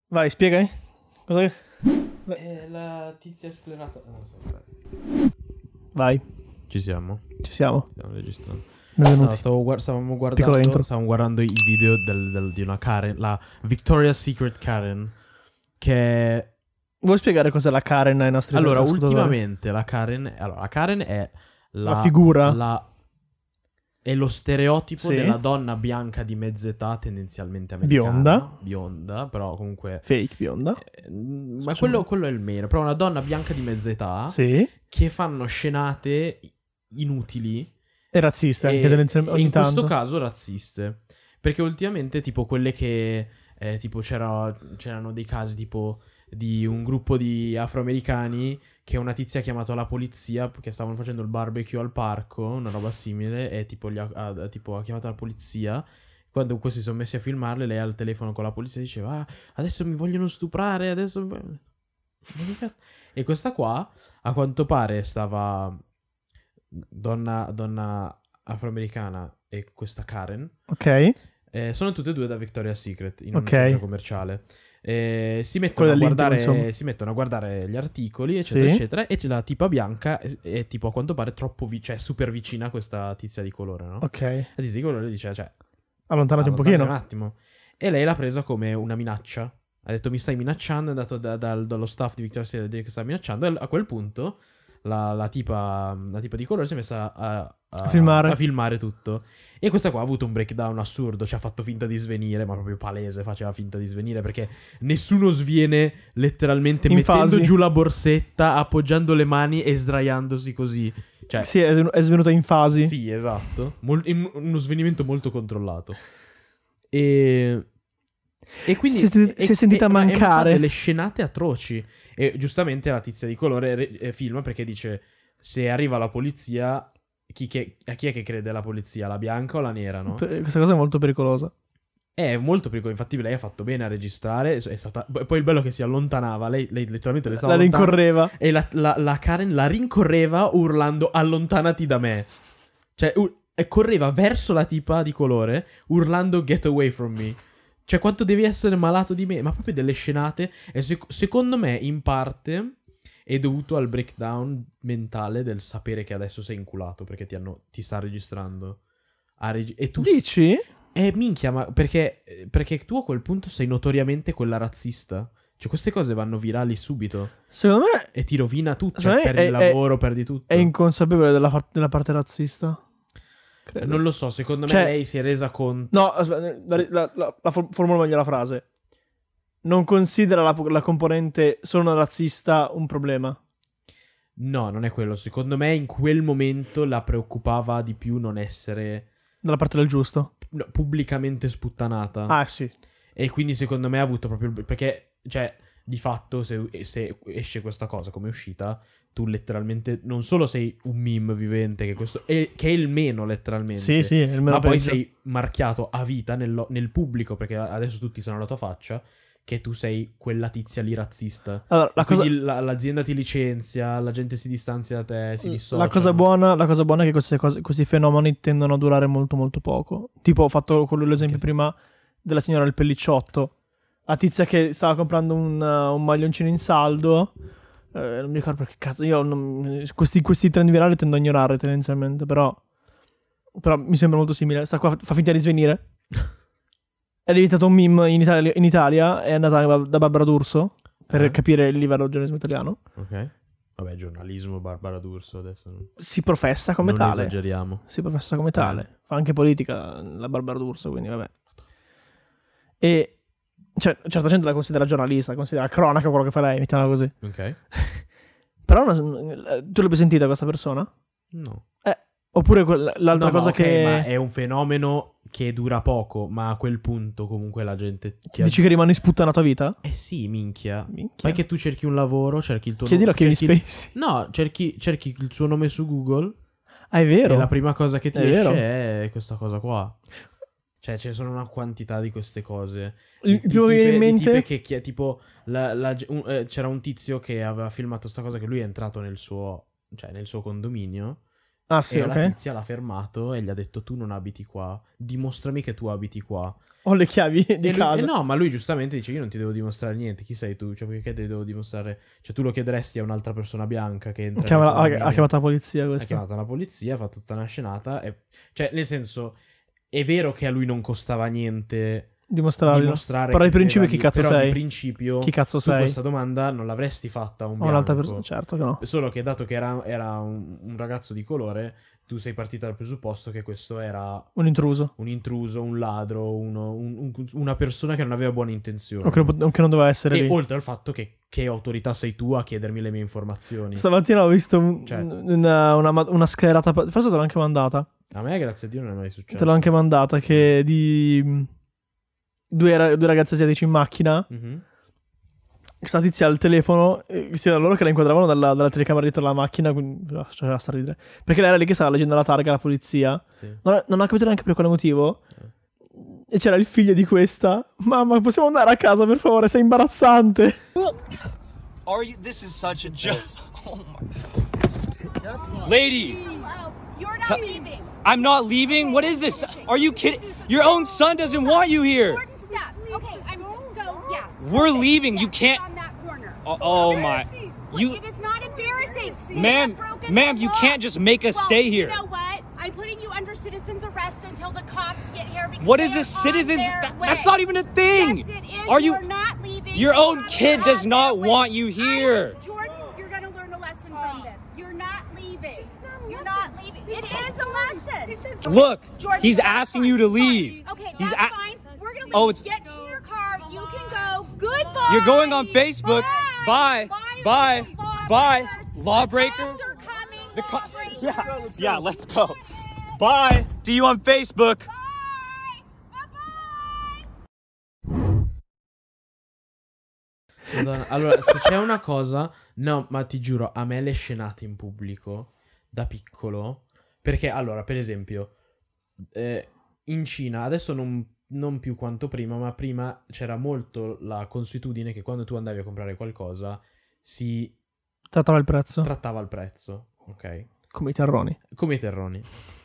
Vai, spiegami. Cosa... La tizia sclerata. Non so, Vai, ci siamo? ci siamo. Stiamo registrando. Benvenuti. No, Piccola intro. stavamo guardando i video di una Karen, la Victoria's Secret Karen, che Vuoi spiegare cos'è la Karen ai nostri allora ascoltatori? ultimamente la Karen è La figura? è lo stereotipo Sì. della donna bianca di mezz'età, tendenzialmente americana. Bionda, però comunque Fake bionda. ma quello è il meno. Però una donna bianca di mezz'età Sì. che fanno scenate inutili E razziste anche e ogni in tanto. questo caso razziste, perché ultimamente tipo quelle che tipo c'erano dei casi tipo di un gruppo di afroamericani che una tizia ha chiamato la polizia perché stavano facendo il barbecue al parco, una roba simile, e tipo ha chiamato la polizia. Quando questi si sono messi a filmarle, lei al telefono con la polizia diceva: adesso mi vogliono stuprare, adesso e questa qua a quanto pare stava donna afroamericana e questa Karen Ok. sono tutte e due da Victoria's Secret in un Ok. centro commerciale. Si mettono Quello a dell'intro, guardare, insomma. si mettono a guardare gli articoli, eccetera, Sì. eccetera. E la tipa bianca è tipo a quanto pare troppo cioè super vicina a questa tizia di colore, no? Ok. La tizia di colore dice, cioè, Allontanati un allontanati pochino. un attimo. E lei l'ha presa come una minaccia. Ha detto: mi stai minacciando. È andato dallo staff di Victoria's Secret a dire che sta minacciando. E a quel punto la tipa di colore si è messa a filmare tutto. E questa qua ha avuto un breakdown assurdo. Cioè ha fatto finta di svenire, ma proprio palese faceva finta di svenire, perché nessuno sviene letteralmente In mettendo fasi. giù la borsetta, appoggiando le mani e sdraiandosi così. Cioè, Sì, è svenuta in fasi. sì, esatto. Uno svenimento molto controllato. E quindi Si è sentita ma mancare. fa delle scenate atroci. E giustamente la tizia di colore filma perché dice: se arriva la polizia, a chi è che crede la polizia? La bianca o la nera, no? Questa cosa è molto pericolosa. È molto pericoloso. Infatti lei ha fatto bene a registrare. Poi il bello è che si allontanava. Lei letteralmente le stava La allontanando. rincorreva. E la Karen la rincorreva urlando: allontanati da me. Cioè e correva verso la tipa di colore urlando: get away from me. Cioè, quanto devi essere malato di me? Ma proprio delle scenate. E secondo me, in parte, è dovuto al breakdown mentale del sapere che adesso sei inculato perché ti sta registrando. E tu Dici? minchia, ma perché tu a quel punto sei notoriamente quella razzista. Cioè, queste cose vanno virali subito. Secondo me E ti rovina tutto. Secondo Cioè, me perdi il lavoro, perdi tutto. è inconsapevole della parte razzista. Credo. Non lo so, secondo me Cioè, lei si è resa conto. No, aspetta, formulo meglio la frase. Non considera la componente sono razzista un problema. No, non è quello. Secondo me in quel momento la preoccupava di più non essere Dalla parte del giusto. pubblicamente sputtanata. Ah, sì. E quindi secondo me ha avuto proprio perché, cioè, di fatto se esce questa cosa come uscita, tu letteralmente non solo sei un meme vivente, che è il meno letteralmente. Sì, sì, è il meno ma poi peggio. sei marchiato a vita nel pubblico, perché adesso tutti sanno la tua faccia, che tu sei quella tizia lì razzista. Allora, Quindi l'azienda ti licenzia, la gente si distanzia da te, si dissocia. La cosa buona è che questi fenomeni tendono a durare molto molto poco. Tipo, ho fatto l'esempio prima della signora del pellicciotto. La tizia che stava comprando un maglioncino in saldo. Non mi ricordo perché cazzo. Questi trend virali tendo a ignorare tendenzialmente. Però mi sembra molto simile. Sta qua fa finta di svenire. È diventato un meme in Italia. È andata da Barbara D'Urso per capire il livello del giornalismo italiano. Ok. Vabbè, giornalismo, Barbara D'Urso adesso. Si professa come non tale. esageriamo. Si professa come tale. Fa anche politica la Barbara D'Urso, quindi vabbè. E cioè, certa gente la considera giornalista, considera cronaca quello che fa lei, mettiamola così. Ok. Però tu l'hai sentita questa persona? No. Oppure l'altra cosa che... ma è un fenomeno che dura poco, ma a quel punto comunque la gente... Ti dici che rimani sputtanato a vita? Eh sì, minchia. Fai che tu cerchi un lavoro, cerchi il tuo Chiedilo a Kevin cerchi... Spacey. No, cerchi il suo nome su Google. Ah, è vero. E la prima cosa che ti È esce vero. è questa cosa qua. Cioè, ce ne sono una quantità di queste cose. Il primo che mi viene in mente... Che tipo, c'era un tizio che aveva filmato sta cosa, che lui è entrato nel suo condominio. Ah sì, e la ok. tizia l'ha fermato e gli ha detto: tu non abiti qua, dimostrami che tu abiti qua. Ho le chiavi di E casa. no, ma lui giustamente dice: io non ti devo dimostrare niente, chi sei tu? Cioè, perché ti devo dimostrare? Cioè, tu lo chiederesti a un'altra persona bianca che entra nel Ha condominio. chiamato la polizia Ha questo. chiamato la polizia, ha fatto tutta una scenata. Cioè, nel senso, è vero che a lui non costava niente dimostrare Però di chi principio viveva chi lì, cazzo però sei? di principio Chi cazzo tu sei? questa domanda non l'avresti fatta a un A un'altra bianco. persona? Certo che no. Solo che dato che era un ragazzo di colore, tu sei partito dal presupposto che questo era Un intruso. un ladro, una persona che non aveva buone intenzioni. O che non doveva essere E lì. oltre al fatto che autorità sei tu a chiedermi le mie informazioni. Stamattina ho visto Cioè. una sclerata. Forse te l'ho anche mandata. A me, grazie a Dio, non è mai successo. Te l'ho anche mandata. Che di due ragazzi asiatici in macchina. Mhm. Questa tizia al telefono. Sia loro che la inquadravano dalla telecamera dietro la macchina. Quindi faceva ridere. Perché lei era lì che stava leggendo la targa alla polizia. Sì. Non ho capito neanche per quale motivo. E c'era il figlio di questa. Mamma, possiamo andare a casa per favore? Sei imbarazzante. This is such a joke. Oh my. Lady, You're not leaving. I'm not leaving. What is this? Are you kidding? Your own son doesn't want you here. Jordan, stop. Okay, I'm so yeah. We're leaving. You Yes, can't. on that corner. Oh my. You, It is not embarrassing. They ma'am, have broken ma'am, the you law. can't just make us Well, stay here. You know what? I'm putting you under citizen's arrest until the cops get here. Because What is they this are on citizens? their way. That's not even a thing. Yes, it is. Are you? You're not leaving. Your They own are kid does on not their way. want you here. Jordan, you're gonna learn a lesson from this. You're not leaving. You're not leaving. It is a lesson. Look, Jordan, he's that's asking fine. you to leave. Okay, He's that's fine. We're gonna leave. Oh, it's- Get to your car. You can go. Goodbye. You're going on Facebook. Bye. Bye. Bye. Lawbreaker. The cops are coming. The co- Lawbreaker. Yeah, let's go. Bye. See you on Facebook. Bye. Bye-bye. Madonna. Allora, se c'è una cosa... No, ma ti giuro, a me le scenate in pubblico, da piccolo... Perché, allora, per esempio, in Cina, adesso non più quanto prima, ma prima c'era molto la consuetudine che quando tu andavi a comprare qualcosa si Trattava il prezzo. trattava il prezzo, ok? Come i terroni. Come i terroni.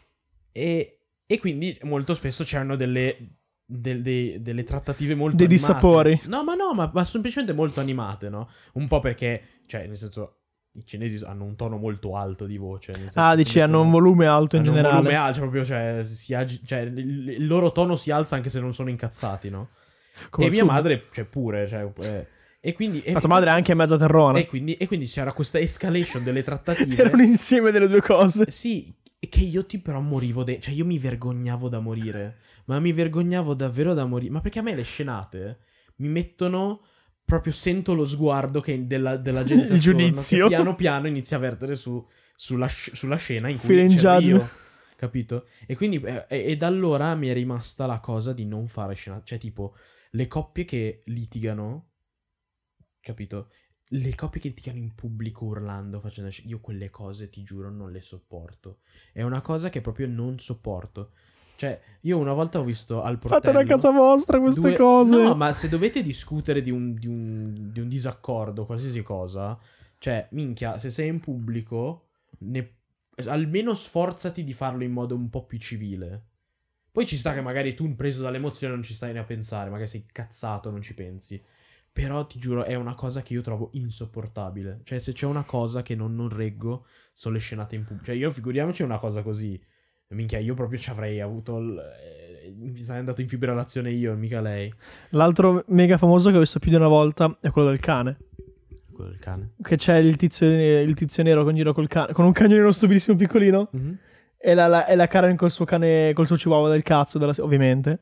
E quindi molto spesso c'erano delle trattative molto Dei animate. dissapori. No, ma semplicemente molto animate, no? Un po' perché, cioè, nel senso, i cinesi hanno un tono molto alto di voce. nel senso Ah, che dici, si hanno mettono- un volume alto in hanno un generale. volume alto, cioè, proprio, cioè, il loro tono si alza anche se non sono incazzati, no? Come e al mia sud. madre, cioè, pure, cioè... e quindi... La tua madre è anche mezza terrona. E quindi c'era questa escalation delle trattative. Era un insieme delle due cose. Sì, che io però morivo cioè io mi vergognavo da morire. Ma mi vergognavo davvero da morire. Ma perché a me le scenate mi mettono... Proprio sento lo sguardo della gente Il attorno, giudizio. che piano piano inizia a vertere sulla scena in cui Feeling c'ero io. judgment. Capito? E quindi... E da allora mi è rimasta la cosa di non fare scenate. Cioè tipo, le coppie che litigano... Capito? Le coppie che litigano in pubblico urlando, facendo... Io quelle cose, ti giuro, non le sopporto. È una cosa che proprio non sopporto. Cioè, io una volta ho visto al portello... Fatele a casa vostra queste cose. No, ma se dovete discutere di un disaccordo, qualsiasi cosa... Cioè, minchia, se sei in pubblico, almeno sforzati di farlo in modo un po' più civile. Poi ci sta che magari tu, preso dall'emozione, non ci stai né a pensare. Magari sei cazzato, non ci pensi. Però ti giuro, è una cosa che io trovo insopportabile. Cioè, se c'è una cosa che non reggo, sono le scenate in pubblico. Cioè, io figuriamoci una cosa così. Minchia, io proprio ci avrei avuto sarei andato in fibrillazione io, mica lei. L'altro mega famoso che ho visto più di una volta è quello del cane. Quello del cane. Che c'è il tizio nero che in giro col cane, con un cagnolino stupidissimo piccolino. Mm-hmm. E la Karen col suo cane, col suo chihuahua del cazzo, ovviamente.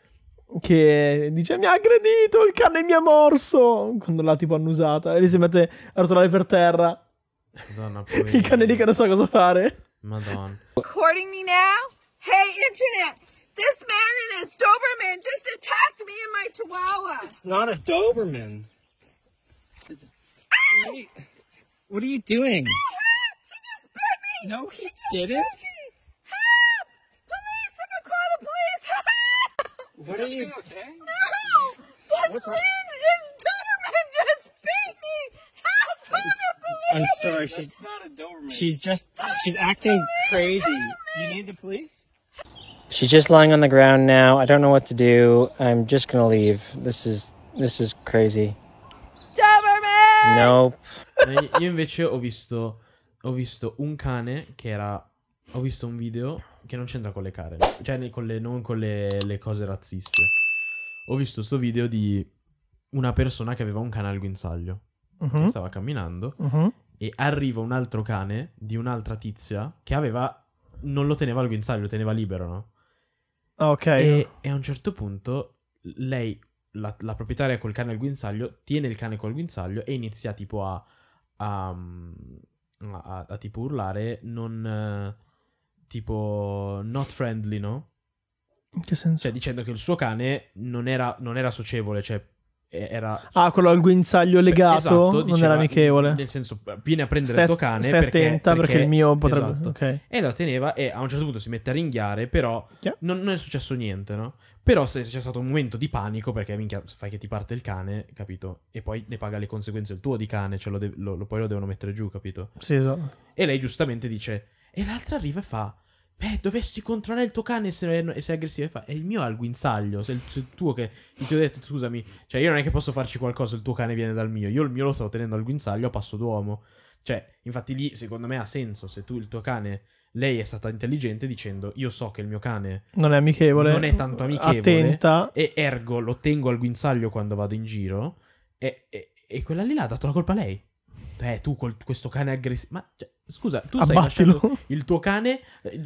Che dice: mi ha aggredito, il cane mi ha morso. Quando l'ha tipo annusata. E lì si mette a rotolare per terra. Madonna, Il cane lì che non sa cosa fare. Madonna. Recording me now? Hey, internet! This man and his Doberman just attacked me and my Chihuahua. It's not a Doberman. What are you doing? He just bit me. No, he didn't. Help! Police! Someone call the police! Help! What are you? No! This man, his Doberman just beat me! Help! Call the police! I'm sorry. She's acting crazy. You need the police? She's just lying on the ground now. I don't know what to do. I'm just gonna leave. This is crazy. Doberman! Nope. Io invece ho visto un cane che era... Ho visto un video che non c'entra con le care, cioè non con le cose razziste. Ho visto sto video di una persona che aveva un cane al guinzaglio. Che stava camminando e arriva un altro cane di un'altra tizia che non lo teneva al guinzaglio, lo teneva libero, no? Ok. E a un certo punto lei, la proprietaria col cane al guinzaglio, tiene il cane col guinzaglio e inizia tipo a tipo urlare tipo not friendly, no? In che senso? Cioè dicendo che il suo cane non era socievole, cioè era... quello al guinzaglio legato, esatto, non diceva, era amichevole. Nel senso, vieni a prendere il tuo cane stai attenta perché il mio potrebbe... Esatto. Okay. E la teneva e a un certo punto si mette a ringhiare, però Yeah. non è successo niente, no? Però se c'è stato un momento di panico perché minchia fai che ti parte il cane, capito? E poi ne paga le conseguenze il tuo di cane, cioè poi lo devono mettere giù, capito? Sì, esatto. E lei giustamente dice... E l'altra arriva e fa... dovessi controllare il tuo cane se è aggressivo. E fa, è il mio al guinzaglio. Se il tuo che... Ti ho detto, scusami, cioè io non è che posso farci qualcosa, il tuo cane viene dal mio. Io il mio lo sto tenendo al guinzaglio a passo d'uomo. Cioè, infatti lì, secondo me ha senso. Se tu il tuo cane... Lei è stata intelligente dicendo, io so che il mio cane... Non è amichevole. Non è tanto amichevole. Attenta. E ergo lo tengo al guinzaglio quando vado in giro. E quella lì l'ha dato la colpa a lei. Tu questo cane aggressivo... Ma cioè, scusa, tu stai Abbattilo. lasciando il tuo cane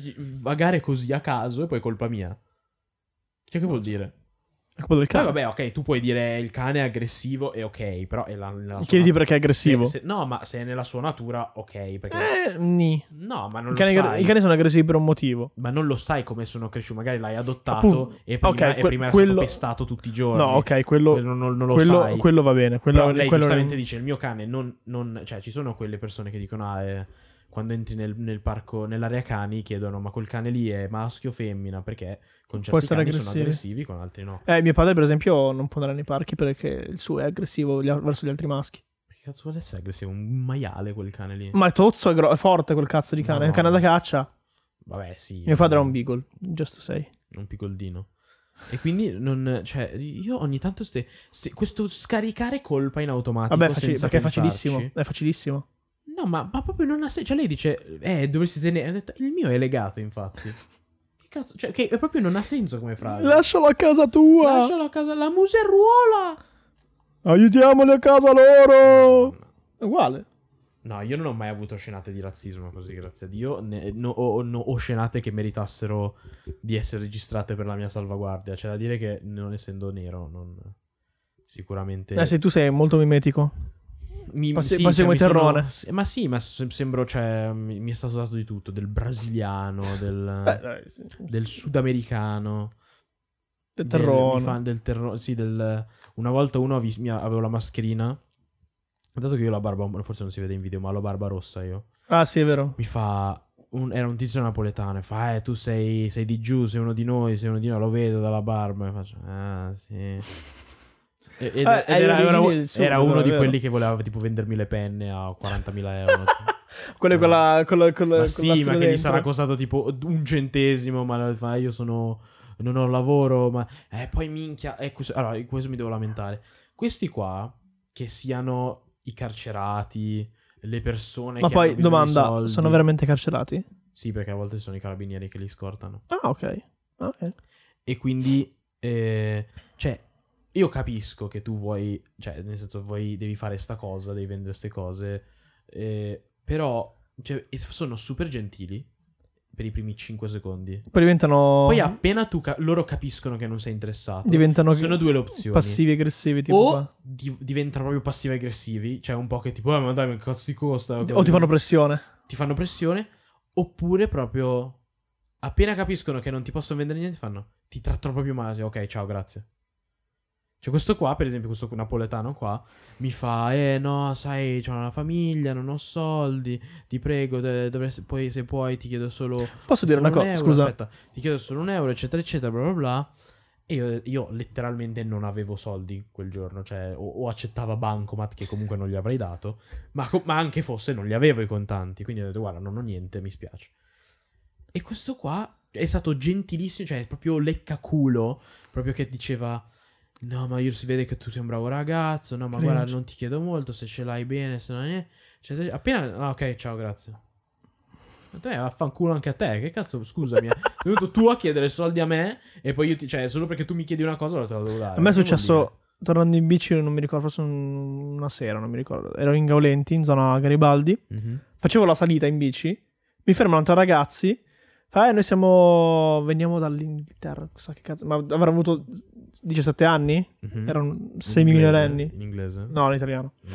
vagare così a caso e poi è colpa mia. Cioè, che vuol dire? È colpa del cane. Vabbè, ok, tu puoi dire il cane è aggressivo e ok, però è nella sua Chiediti perché è aggressivo. no, ma se è nella sua natura, ok, perché... Ni. No, ma non I sai. cani sono aggressivi per un motivo. Ma non lo sai come sono cresciuti. Magari l'hai adottato Appunto. e prima era stato pestato tutti i giorni. No, ok, quello non lo sai. quello va bene. Però lei quello giustamente dice il mio cane non cioè ci sono quelle persone che dicono quando entri nel parco, nell'area cani, chiedono ma quel cane lì è maschio o femmina, perché con certi cani sono aggressivi, con altri no. Mio padre per esempio non può andare nei parchi perché il suo è aggressivo verso gli altri maschi. Che cazzo vuole essere aggressivo? Un maiale quel cane lì. Ma è tozzo, è forte quel cazzo di cane, No. è un cane da caccia. Vabbè, sì. Mio padre è un beagle, just to say. Un picoldino. E quindi cioè io ogni tanto questo scaricare colpa in automatico Vabbè, senza perché pensarci. è facilissimo. No, ma proprio non ha senso. Cioè lei dice, dovresti tenere... Ha detto, il mio è legato, infatti. Che cazzo? Cioè, che proprio non ha senso come frase. Lascialo a casa tua. Lascialo a casa, la museruola. Aiutiamoli a casa loro. È uguale. No, io non ho mai avuto scenate di razzismo così, grazie a Dio. Ho scenate che meritassero di essere registrate per la mia salvaguardia. C'è da dire che, non essendo nero, sicuramente... Sì, tu sei molto mimetico. Passi come terrone. Ma sì, ma sembro, cioè, mi è stato dato di tutto, del brasiliano, del sudamericano, Del terrone. del terrone, sì, una volta avevo la mascherina, dato che io ho la barba, forse non si vede in video, ma ho la barba rossa io. Ah, sì, è vero. Mi fa, era un tizio napoletano, e fa, tu sei di giù, sei uno di noi, lo vedo dalla barba, e faccio, sì... Era uno di quelli che voleva tipo vendermi le penne a 40.000 euro. Quello con la ma sì, ma che gli sarà costato tipo 1 centesimo. Ma fa, io non ho lavoro. Ma poi minchia. Allora, questo mi devo lamentare. Questi qua, che siano i carcerati, le persone ma che poi hanno bisogno di domanda, soldi. sono veramente carcerati? Sì, perché a volte sono i carabinieri che li scortano. Ah, ok. E quindi cioè, io capisco che tu vuoi, cioè, nel senso, devi fare sta cosa, devi vendere ste cose, però, cioè, sono super gentili per i primi 5 secondi. Poi diventano... Poi appena loro capiscono che non sei interessato, diventano sono due le opzioni. passivi aggressivi, tipo o diventano proprio passivi aggressivi, cioè un po' che tipo, ma dai, ma che cazzo ti costa? o ti fanno pressione. Ti fanno pressione, oppure proprio, appena capiscono che non ti possono vendere niente, ti trattano proprio male, ok, ciao, grazie. Cioè questo qua, per esempio, questo napoletano qua, mi fa, no, sai, c'ho una famiglia, non ho soldi, ti prego, poi se puoi ti chiedo solo... Posso dire una cosa? Euro, Scusa. aspetta, ti chiedo solo €1, eccetera, eccetera, bla bla bla. E io letteralmente non avevo soldi quel giorno, cioè o accettava Bancomat che comunque non gli avrei dato, ma anche fosse non li avevo i contanti, quindi ho detto guarda non ho niente, mi spiace. E questo qua è stato gentilissimo, cioè proprio leccaculo, proprio che diceva no ma io si vede che tu sei un bravo ragazzo, no ma Cringe. guarda non ti chiedo molto, se ce l'hai bene, se non è... Cioè, appena... ok, ciao, grazie. Vaffanculo anche a te, che cazzo, scusami. Sei venuto tu a chiedere soldi a me e poi io cioè, solo perché tu mi chiedi una cosa, allora te la devo dare. A me è Che vuol dire? successo tornando in bici, non mi ricordo, forse una sera, non mi ricordo. Ero in Gaulenti, in zona Garibaldi. Mhm. Facevo la salita in bici. Mi fermano tre ragazzi. Noi veniamo dall'Inghilterra. Chissà che cazzo. Ma avranno avuto 17 anni? Mhm. Erano In 6 inglese? minorenni. In inglese? No, in italiano. Mm.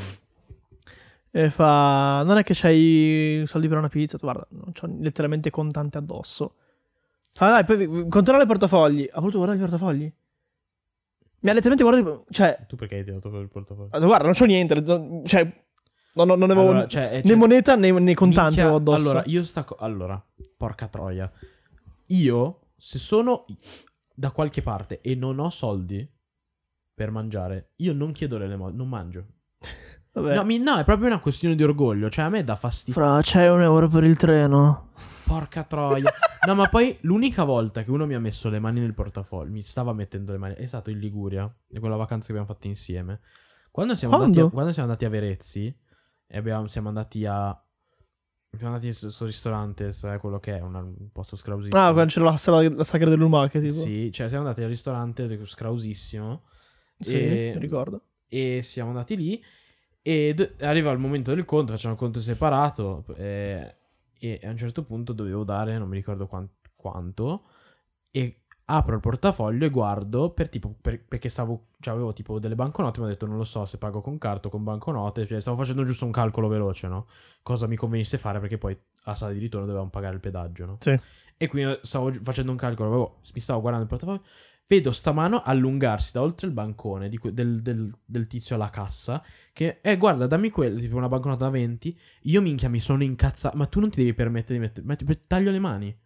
E fa: non è che c'hai soldi per una pizza? Guarda, non c'ho letteralmente contante addosso. Fa: dai, poi controlla i portafogli. Ha voluto guardare i portafogli? Mi ha letteralmente guardato. Cioè, Tu perché hai tirato per il portafoglio? ha detto, guarda, non c'ho niente. Cioè, non avevo Allora, cioè, né moneta né contanti minchia, avevo addosso. Allora, allora, porca troia. Io, se sono da qualche parte e non ho soldi per mangiare, io non chiedo l'elemosina, non mangio. Vabbè. No, è proprio una questione di orgoglio. Cioè, a me dà fastidio. Fra, c'hai €1 per il treno? Porca troia. No, ma poi l'unica volta che uno mi ha messo le mani nel portafoglio, mi stava mettendo le mani, è stato in Liguria, di quella vacanza che abbiamo fatto insieme. Quando siamo andati a Verezzi, e siamo andati a questo ristorante, sai quello che è, un posto scrausissimo. Ah, quando c'era la sagra delle lumache, tipo. Sì, cioè siamo andati al ristorante scrausissimo. Sì, mi ricordo. E siamo andati lì. E arriva il momento del conto, facciamo il conto separato. E a un certo punto dovevo dare, non mi ricordo quanto. E apro il portafoglio e guardo perché avevo tipo delle banconote. Mi ho detto non lo so se pago con carta o con banconote. Cioè, stavo facendo giusto un calcolo veloce, no? Cosa mi convenisse fare perché poi a sala di ritorno dovevamo pagare il pedaggio, no? Sì. E quindi stavo facendo un calcolo, mi stavo guardando il portafoglio. Vedo sta mano allungarsi da oltre il bancone del tizio alla cassa. Che, guarda, dammi quella, tipo una banconota da 20. Io minchia mi sono incazzato. Ma tu non ti devi permettere di mettere. Taglio le mani.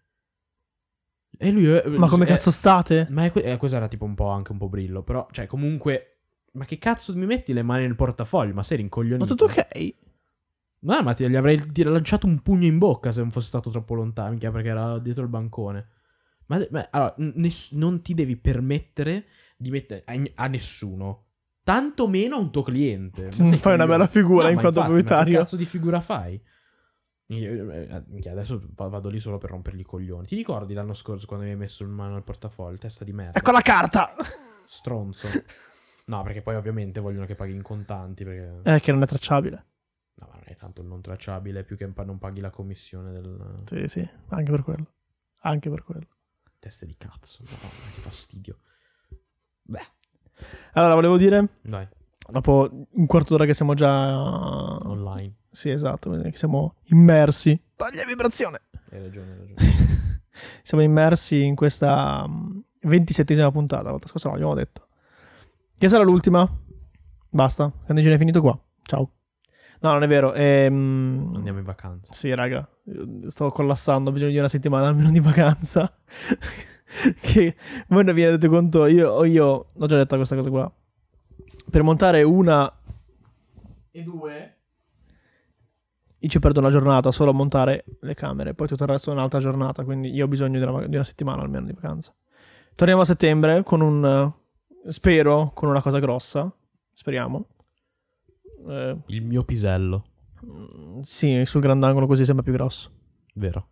E lui. Ma come cazzo state? Ma questo era tipo anche un po' brillo. Però, cioè, comunque. Ma che cazzo mi metti le mani nel portafoglio? Ma sei rincoglionito? Ma tutto ok? No, ma gli avrei lanciato un pugno in bocca se non fosse stato troppo lontano, minchia, perché era dietro il bancone. Ma allora, non ti devi permettere di mettere a nessuno, tanto meno a un tuo cliente. Non fai una bella figura No, in ma quanto infatti, ma che proprietario. cazzo di figura fai? Minchia, adesso vado lì solo per rompergli i coglioni. Ti ricordi l'anno scorso quando mi hai messo in mano al portafoglio? Testa di merda. Ecco la carta! Stronzo. No, perché poi ovviamente vogliono che paghi in contanti perché... Che non è tracciabile. No, ma non è tanto il non tracciabile, più che non paghi la commissione del... Sì, anche per quello. Anche per quello. Teste di cazzo, madonna, che fastidio. Beh, Allora, volevo dire, dai, dopo un quarto d'ora che siamo già online. Sì, esatto, che siamo immersi. Togli vibrazione. Hai ragione. Siamo immersi in questa 27esima puntata. La volta scorsa no, l'abbiamo detto. Che sarà l'ultima? Basta, Candigene è finito qua. Ciao. No, non è vero. Andiamo in vacanza. Sì, raga, sto collassando, ho bisogno di una settimana almeno di vacanza. Che voi non vi rendete conto, io ho già detto questa cosa qua. Per montare 1 e 2 io ci perdo una giornata solo a montare le camere, poi tutto il resto è un'altra giornata, quindi io ho bisogno di una settimana almeno di vacanza. Torniamo a settembre con spero con una cosa grossa, speriamo. Il mio pisello. Sì, sul grandangolo così sembra più grosso. Vero.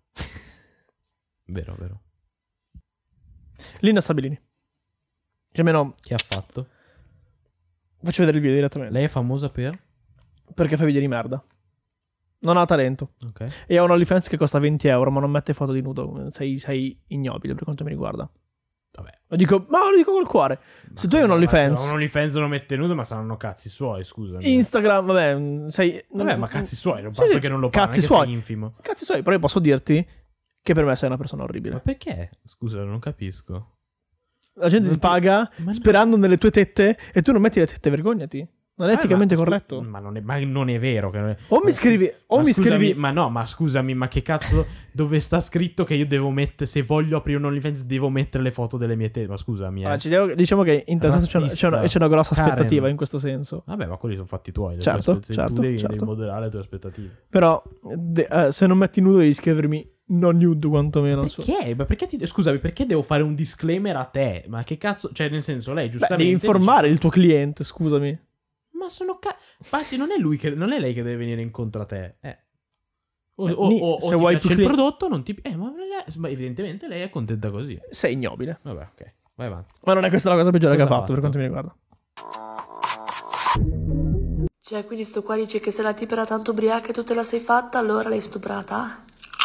Vero. Linda Stabilini. Che almeno Che ha fatto? faccio vedere il video direttamente. Lei è famosa per? Perché fa video di merda. Non ha talento. Ok. E ha un OnlyFans che costa €20, ma non mette foto di nudo. Sei ignobile per quanto mi riguarda. Vabbè. Lo dico col cuore. Se tu hai un OnlyFans, Un OnlyFans lo mette nudo, ma saranno cazzi suoi, scusami. Instagram, vabbè, sei... Vabbè, ma cazzi suoi, non Sì, basta sì, che non lo fanno, cazzi non è che suoi. sei infimo. Cazzi suoi, però io posso dirti che per me sei una persona Ma orribile. perché? Scusa, non capisco. La gente ti paga Ma no. sperando nelle tue tette e tu non metti le tette, vergognati. Non è eticamente corretto? Ma non è vero. Che non è... O mi scrivi... Ma no, ma scusami, ma che cazzo... dove sta scritto che io devo mettere... Se voglio aprire un OnlyFans devo mettere le foto delle mie tette? Ma scusami, diciamo che in tal senso c'è una grossa aspettativa Karen. in questo senso. Vabbè, ma quelli sono fatti tuoi. Certo. Tu devi moderare le tue aspettative. Però, se non metti nudo devi scrivermi non nude quantomeno. Perché? Ma scusami, perché devo fare un disclaimer a te? Ma che cazzo... Cioè, nel senso, lei giustamente... devi informare il tuo cliente, scusami. Ma sono infatti non è lei che deve venire incontro a te. O se ti vuoi piace il prodotto, non ti... ma evidentemente lei è contenta così. Sei ignobile. Vabbè, ok. Vai avanti. Ma non è questa la cosa peggiore che ha Cosa fatto per quanto mi riguarda. Cioè, quindi sto qua dice che se la tipa era tanto ubriaca e tu te la sei fatta, allora l'hai stuprata?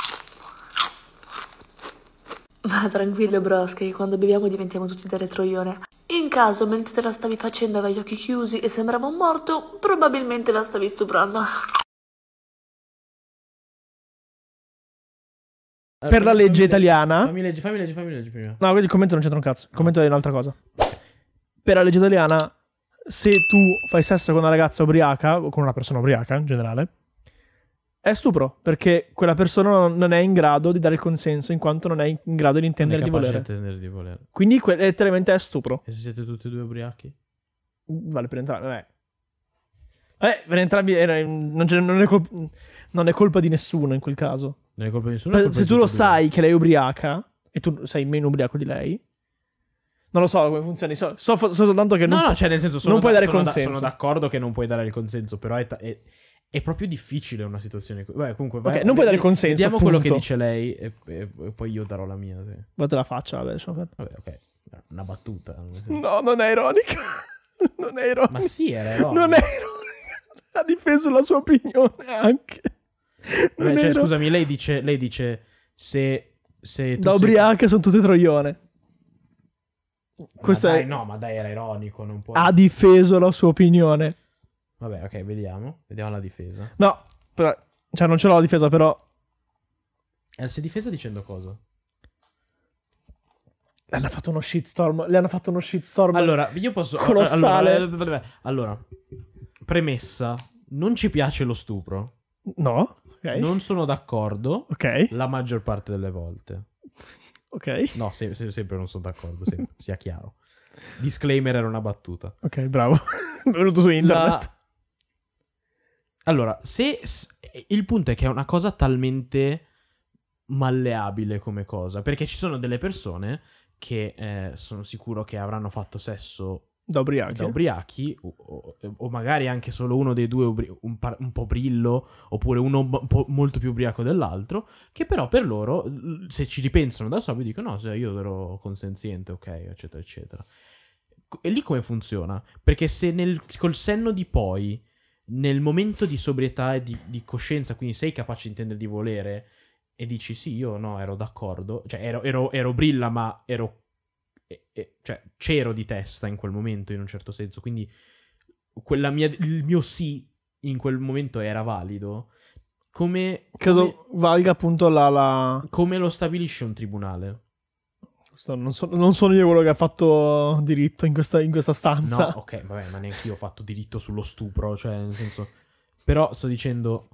Ma tranquillo, bros, che quando beviamo diventiamo tutti delle troione. In caso, mentre te la stavi facendo avevi gli occhi chiusi e sembrava un morto, probabilmente la stavi stuprando. Per la legge italiana... Fammi leggere prima. No, il commento non c'entra un cazzo. Il commento è un'altra cosa. Per la legge italiana, se tu fai sesso con una ragazza ubriaca, o con una persona ubriaca in generale, è stupro, perché quella persona non è in grado di dare il consenso, in quanto non è in grado di intendere di volere. Quindi letteralmente è stupro. E se siete tutti e due ubriachi? Vale per entrambi. Per entrambi non è colpa di nessuno in quel caso. Non è colpa di nessuno. Se tu lo sai che lei è ubriaca e tu sei meno ubriaco di lei, non lo so come funzioni. So soltanto che no, cioè nel senso non puoi dare consenso. Sono d'accordo che non puoi dare il consenso, però è proprio difficile una situazione. Beh, comunque, ok, non puoi dare il consenso. Vediamo quello che dice lei e poi io darò la mia. Sì. Ma te la faccia, vabbè, vabbè, ok. Una battuta. No, non è ironica. Non è ironica. Ma sì, era ironica. Non è ironica. Ha difeso la sua opinione anche. Vabbè, cioè, scusami, lei dice se tu da ubriache sono tutte troione. Questo ma dai, era ironico, non può... Ha difeso la sua opinione. Vabbè, ok, vediamo la difesa. No, però, cioè non ce l'ho la difesa, però... Si è difesa dicendo cosa? Le hanno fatto uno shitstorm. Allora, io posso... Colossale. Allora, premessa. Non ci piace lo stupro. No, ok. Non sono d'accordo. Ok. La maggior parte delle volte. Ok. No, sempre non sono d'accordo, sempre, sia chiaro. Disclaimer, era una battuta. Ok, bravo. È venuto su internet. Allora, il punto è che è una cosa talmente malleabile come cosa, perché ci sono delle persone che sono sicuro che avranno fatto sesso da ubriachi o magari anche solo uno dei due un po' brillo, oppure uno molto più ubriaco dell'altro, che però per loro, se ci ripensano da sopra, dicono no, io ero consenziente, ok, eccetera eccetera. E lì come funziona? Perché se col senno di poi, nel momento di sobrietà e di coscienza, quindi sei capace di intendere di volere e dici sì, io no, ero d'accordo, cioè ero brilla, ma cioè c'ero di testa in quel momento, in un certo senso, quindi il mio sì in quel momento era valido. Credo valga appunto come lo stabilisce un tribunale? Non sono io quello che ha fatto diritto in questa stanza. No, ok, vabbè, ma neanche io ho fatto diritto sullo stupro, cioè nel senso, però sto dicendo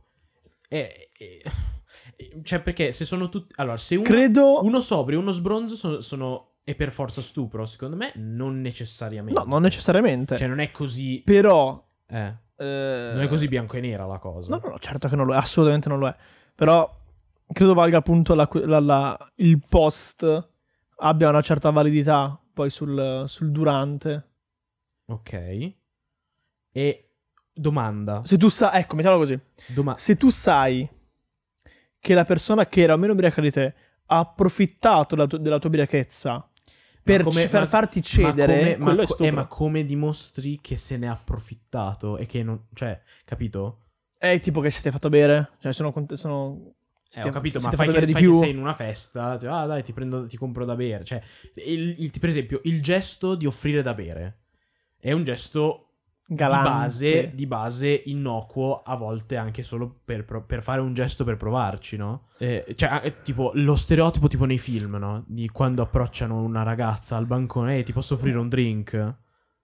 cioè perché se sono tutti, allora se uno sobrio e uno sbronzo sono è per forza stupro, secondo me non necessariamente. No, non necessariamente. Cioè non è così. Però non è così bianco e nera la cosa. No, certo che non lo è, assolutamente non lo è. Però credo valga appunto il post abbia una certa validità poi sul durante. Ok. E domanda. Se tu sai, ecco, mettiamolo così. Se tu sai che la persona che era meno ubriaca di te ha approfittato della tua ubriachezza per farti cedere, quello è stupro. Ma come dimostri che se ne ha approfittato e che non... Cioè, capito? È tipo che se ti hai fatto bere. Cioè, ho capito, ma fai che sei in una festa, dai, ti compro da bere. Cioè, per esempio, il gesto di offrire da bere è un gesto di base innocuo, a volte anche solo per fare un gesto per provarci, no? Cioè, tipo, lo stereotipo tipo nei film, no? Di quando approcciano una ragazza al bancone, ti posso offrire un drink?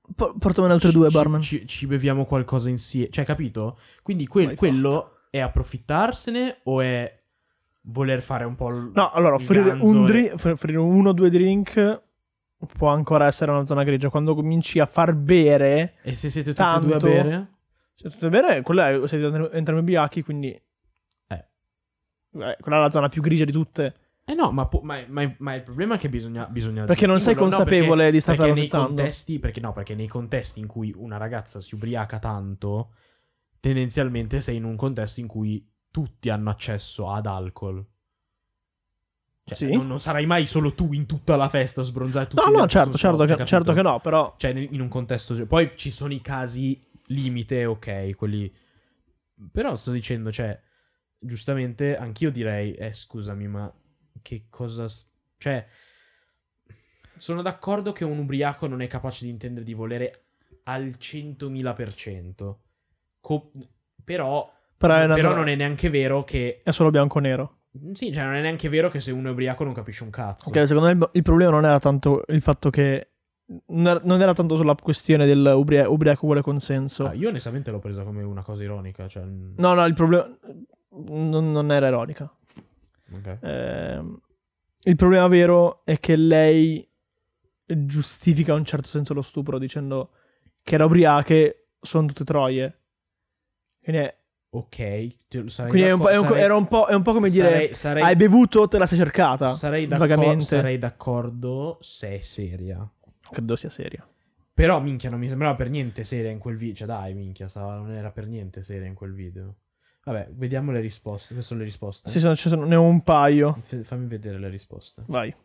Portamene altre due, barman. Ci beviamo qualcosa insieme. Cioè, capito? Quindi quello è approfittarsene o è voler fare un po' No, allora, il offrire ganzo offrire 1 o 2 drink può ancora essere una zona grigia. Quando cominci a far bere E se siete tutti tanto, e due a bere? se tutti a bere, quella è, siete entrambi ubriachi, quindi quella è la zona più grigia di tutte. No, ma il problema è che bisogna Perché non sei distinguerlo, consapevole di stare perché nei approfittando. perché nei contesti in cui una ragazza si ubriaca tanto, tendenzialmente sei in un contesto in cui tutti hanno accesso ad alcol. Cioè, Sì. non sarai mai solo tu in tutta la festa a sbronzare tutti No, gli no, altri certo, sono sotto, certo che no, però... Cioè, in un contesto... Poi ci sono i casi limite, ok, quelli... Però sto dicendo, cioè, giustamente, anch'io direi, scusami, ma che cosa... Cioè, sono d'accordo che un ubriaco non è capace di intendere di volere al 100.000%. Però non è neanche vero che... È solo bianco o nero. Sì, cioè non è neanche vero che se uno è ubriaco non capisce un cazzo. Ok, secondo me il problema non era tanto il fatto che... Non era tanto sulla questione del ubriaco vuole consenso. Io onestamente l'ho presa come una cosa ironica. Cioè... No, il problema... Non era ironica. Okay. Il problema vero è che lei giustifica in un certo senso lo stupro dicendo che era ubriache, sono tutte troie. Quindi è... Ok, Quindi è un po' come dire hai bevuto, te la sei cercata. Vagamente. Sarei d'accordo se è seria. Credo sia seria. Però minchia non mi sembrava per niente seria in quel video. Cioè dai minchia, non era per niente seria in quel video. Vabbè, vediamo le risposte. Queste sono le risposte. Sì, ne ho un paio. Fammi vedere le risposte. Vai.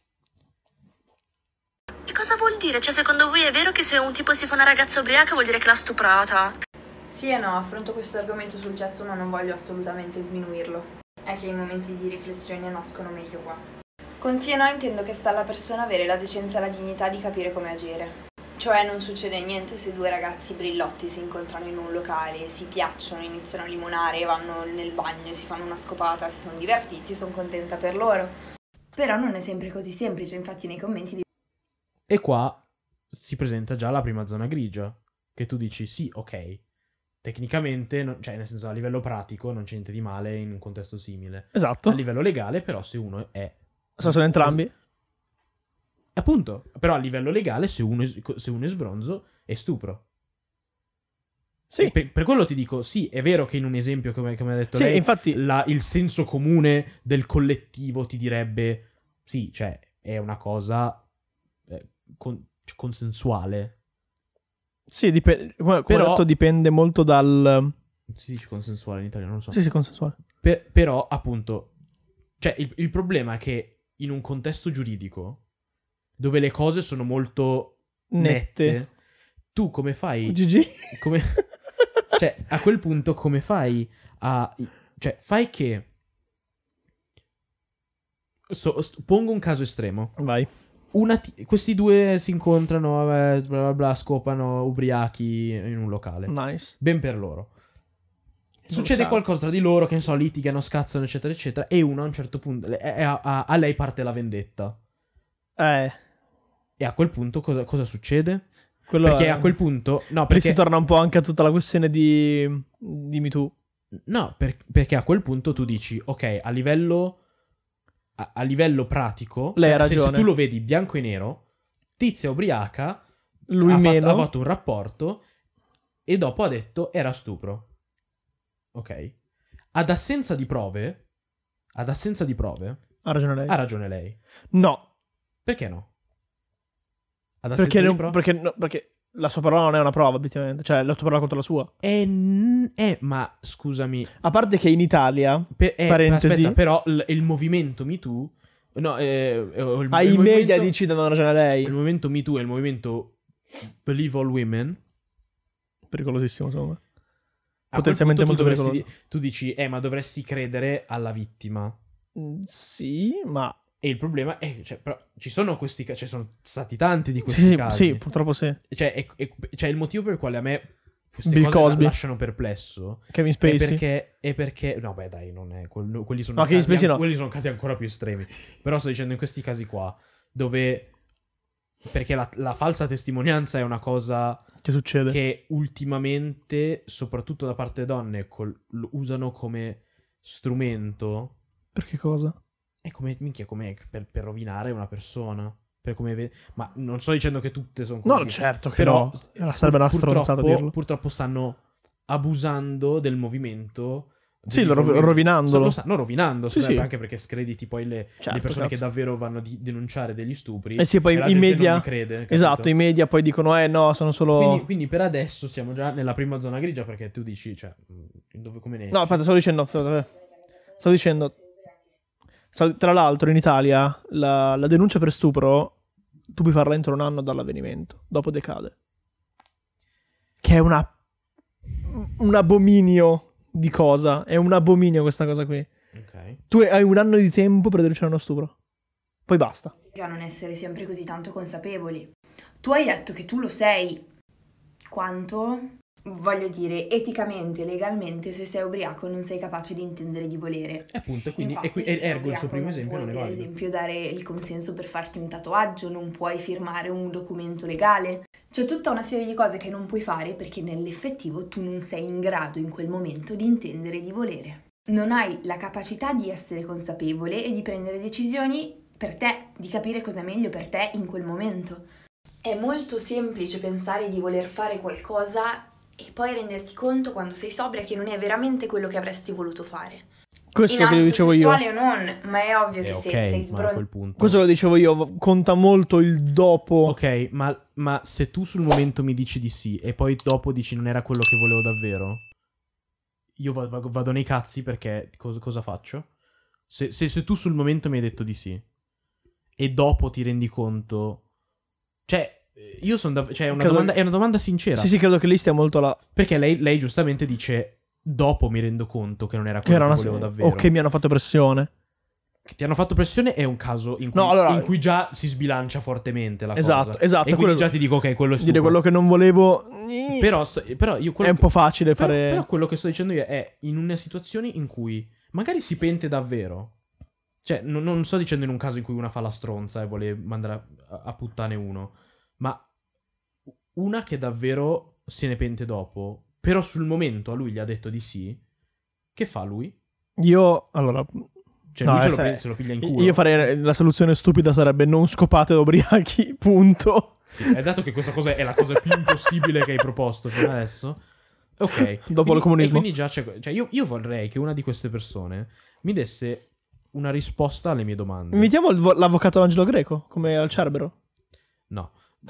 E cosa vuol dire? Cioè, secondo voi è vero che se un tipo si fa una ragazza ubriaca vuol dire che l'ha stuprata? Sì e no, affronto questo argomento sul gesso ma non voglio assolutamente sminuirlo. È che i momenti di riflessione nascono meglio qua. Con sì e no intendo che sta alla persona avere la decenza e la dignità di capire come agire. Cioè non succede niente se due ragazzi brillotti si incontrano in un locale, si piacciono, iniziano a limonare, vanno nel bagno e si fanno una scopata, si sono divertiti, sono contenta per loro. Però non è sempre così semplice, infatti nei commenti... E qua si presenta già la prima zona grigia, che tu dici sì, ok. Tecnicamente, cioè nel senso a livello pratico non c'è niente di male in un contesto simile. Esatto. A livello legale però se uno è... Sono entrambi. Appunto, però a livello legale se uno è sbronzo è stupro. Sì. Per quello ti dico, sì, è vero che in un esempio come ha detto sì, lei, infatti... il senso comune del collettivo ti direbbe, sì, cioè è una cosa consensuale. Sì, come ho detto, dipende molto dal... Si dice consensuale in italiano, non lo so. Sì, consensuale. Però, appunto, cioè il problema è che in un contesto giuridico, dove le cose sono molto nette, tu come fai... GG. Cioè, a quel punto come fai a... Cioè, fai che... Pongo un caso estremo. Vai. Questi due si incontrano, bla bla bla, scopano ubriachi in un locale. Nice. Ben per loro. Succede qualcosa tra di loro, che ne so, litigano, scazzano, eccetera, eccetera, e uno a un certo punto... A lei parte la vendetta. E a quel punto cosa succede? Perché a quel punto... No, perché si torna un po' anche a tutta la questione di Me Too. No, perché a quel punto tu dici, ok, a livello pratico, lei ha ragione. Se tu lo vedi bianco e nero, tizia ubriaca, lui ha fatto un rapporto e dopo ha detto era stupro. Ok? Ad assenza di prove, ha ragione lei. No. Perché no? Perché la sua parola non è una prova, obiettivamente. Cioè, la tua parola contro la sua. Ma scusami. A parte che in Italia, parentesi... Aspetta, però il movimento Me Too... No, i media decidono ragione lei. Il movimento Me Too è il movimento Believe All Women. Pericolosissimo, insomma. Potenzialmente molto pericoloso. Tu dici, ma dovresti credere alla vittima. Sì, ma... E il problema è, cioè, però ci sono questi casi, cioè sono stati tanti di questi casi. Sì, purtroppo sì. Cioè, cioè, il motivo per il quale a me queste Bill cose Cosby lasciano perplesso Kevin Spacey è perché no, beh, dai, non è quelli sono no, casi, Spacey no. Quelli sono casi ancora più estremi. Però sto dicendo in questi casi qua, dove Perché la falsa testimonianza è una cosa Che succede? che ultimamente, soprattutto da parte donne, lo usano come strumento. Per che cosa? È come, minchia, come per rovinare una persona. Per come ma non sto dicendo che tutte sono così. No, certo che però no. Sarebbe una stronzata dirlo. Purtroppo stanno abusando del movimento. Sì, rovinandolo. Lo stanno rovinando, Sì, sì. anche perché screditi poi le persone che davvero vanno a denunciare degli stupri. E sì, poi la i gente media... non li crede, capito? Esatto, i media poi dicono, no, sono solo... Quindi per adesso siamo già nella prima zona grigia, perché tu dici, cioè, come ne... No, aspetta, stavo dicendo... Tra l'altro in Italia la denuncia per stupro tu puoi farla entro un anno dall'avvenimento, dopo decade. Che è un abominio di cosa. È un abominio questa cosa qui. Ok. Tu hai un anno di tempo per denunciare uno stupro. Poi basta. A non essere sempre così tanto consapevoli. Tu hai detto che tu lo sei. Quanto? Voglio dire, eticamente, legalmente, se sei ubriaco non sei capace di intendere di volere. Appunto, quindi Infatti, se sei ergo il suo ubriaco primo esempio non puoi, è per valido. esempio, dare il consenso per farti un tatuaggio, non puoi firmare un documento legale. C'è tutta una serie di cose che non puoi fare perché nell'effettivo tu non sei in grado in quel momento di intendere di volere. Non hai la capacità di essere consapevole e di prendere decisioni per te, di capire cosa è meglio per te in quel momento. È molto semplice pensare di voler fare qualcosa e poi renderti conto quando sei sobria che non è veramente quello che avresti voluto fare. Questo In che ambito dicevo io. sessuale o non, ma è ovvio che se sei ma a sbronzato. quel punto. Questo lo dicevo io. Conta molto il dopo. Ok, ma se tu sul momento mi dici di sì e poi dopo dici non era quello che volevo davvero, io vado nei cazzi, perché cosa faccio? Se tu sul momento mi hai detto di sì e dopo ti rendi conto, cioè io sono cioè è una domanda sincera. Sì, credo che lei stia molto là. Perché lei giustamente dice dopo mi rendo conto che non era quello che volevo davvero. O che mi hanno fatto pressione. Che ti hanno fatto pressione è un caso in cui, in cui già si sbilancia fortemente la cosa. Esatto. E quindi già ti dico, ok, quello è stupro. Dire quello che non volevo. Però io è un po' facile fare. Però quello che sto dicendo io è in una situazione in cui magari si pente davvero. Cioè, non sto dicendo in un caso in cui una fa la stronza e vuole mandare a puttane uno. Ma una che davvero se ne pente dopo, però sul momento a lui gli ha detto di sì, che fa lui? Io, allora... Cioè lui se lo piglia in culo. Io farei... La soluzione stupida sarebbe non scopate da ubriachi, punto. Sì, è dato che questa cosa è la cosa più impossibile che hai proposto fino adesso. Ok. Dopo il comunismo. E quindi già c'è... Cioè io vorrei che una di queste persone mi desse una risposta alle mie domande. Invitiamo l'avvocato Angelo Greco, come al Cerbero. No.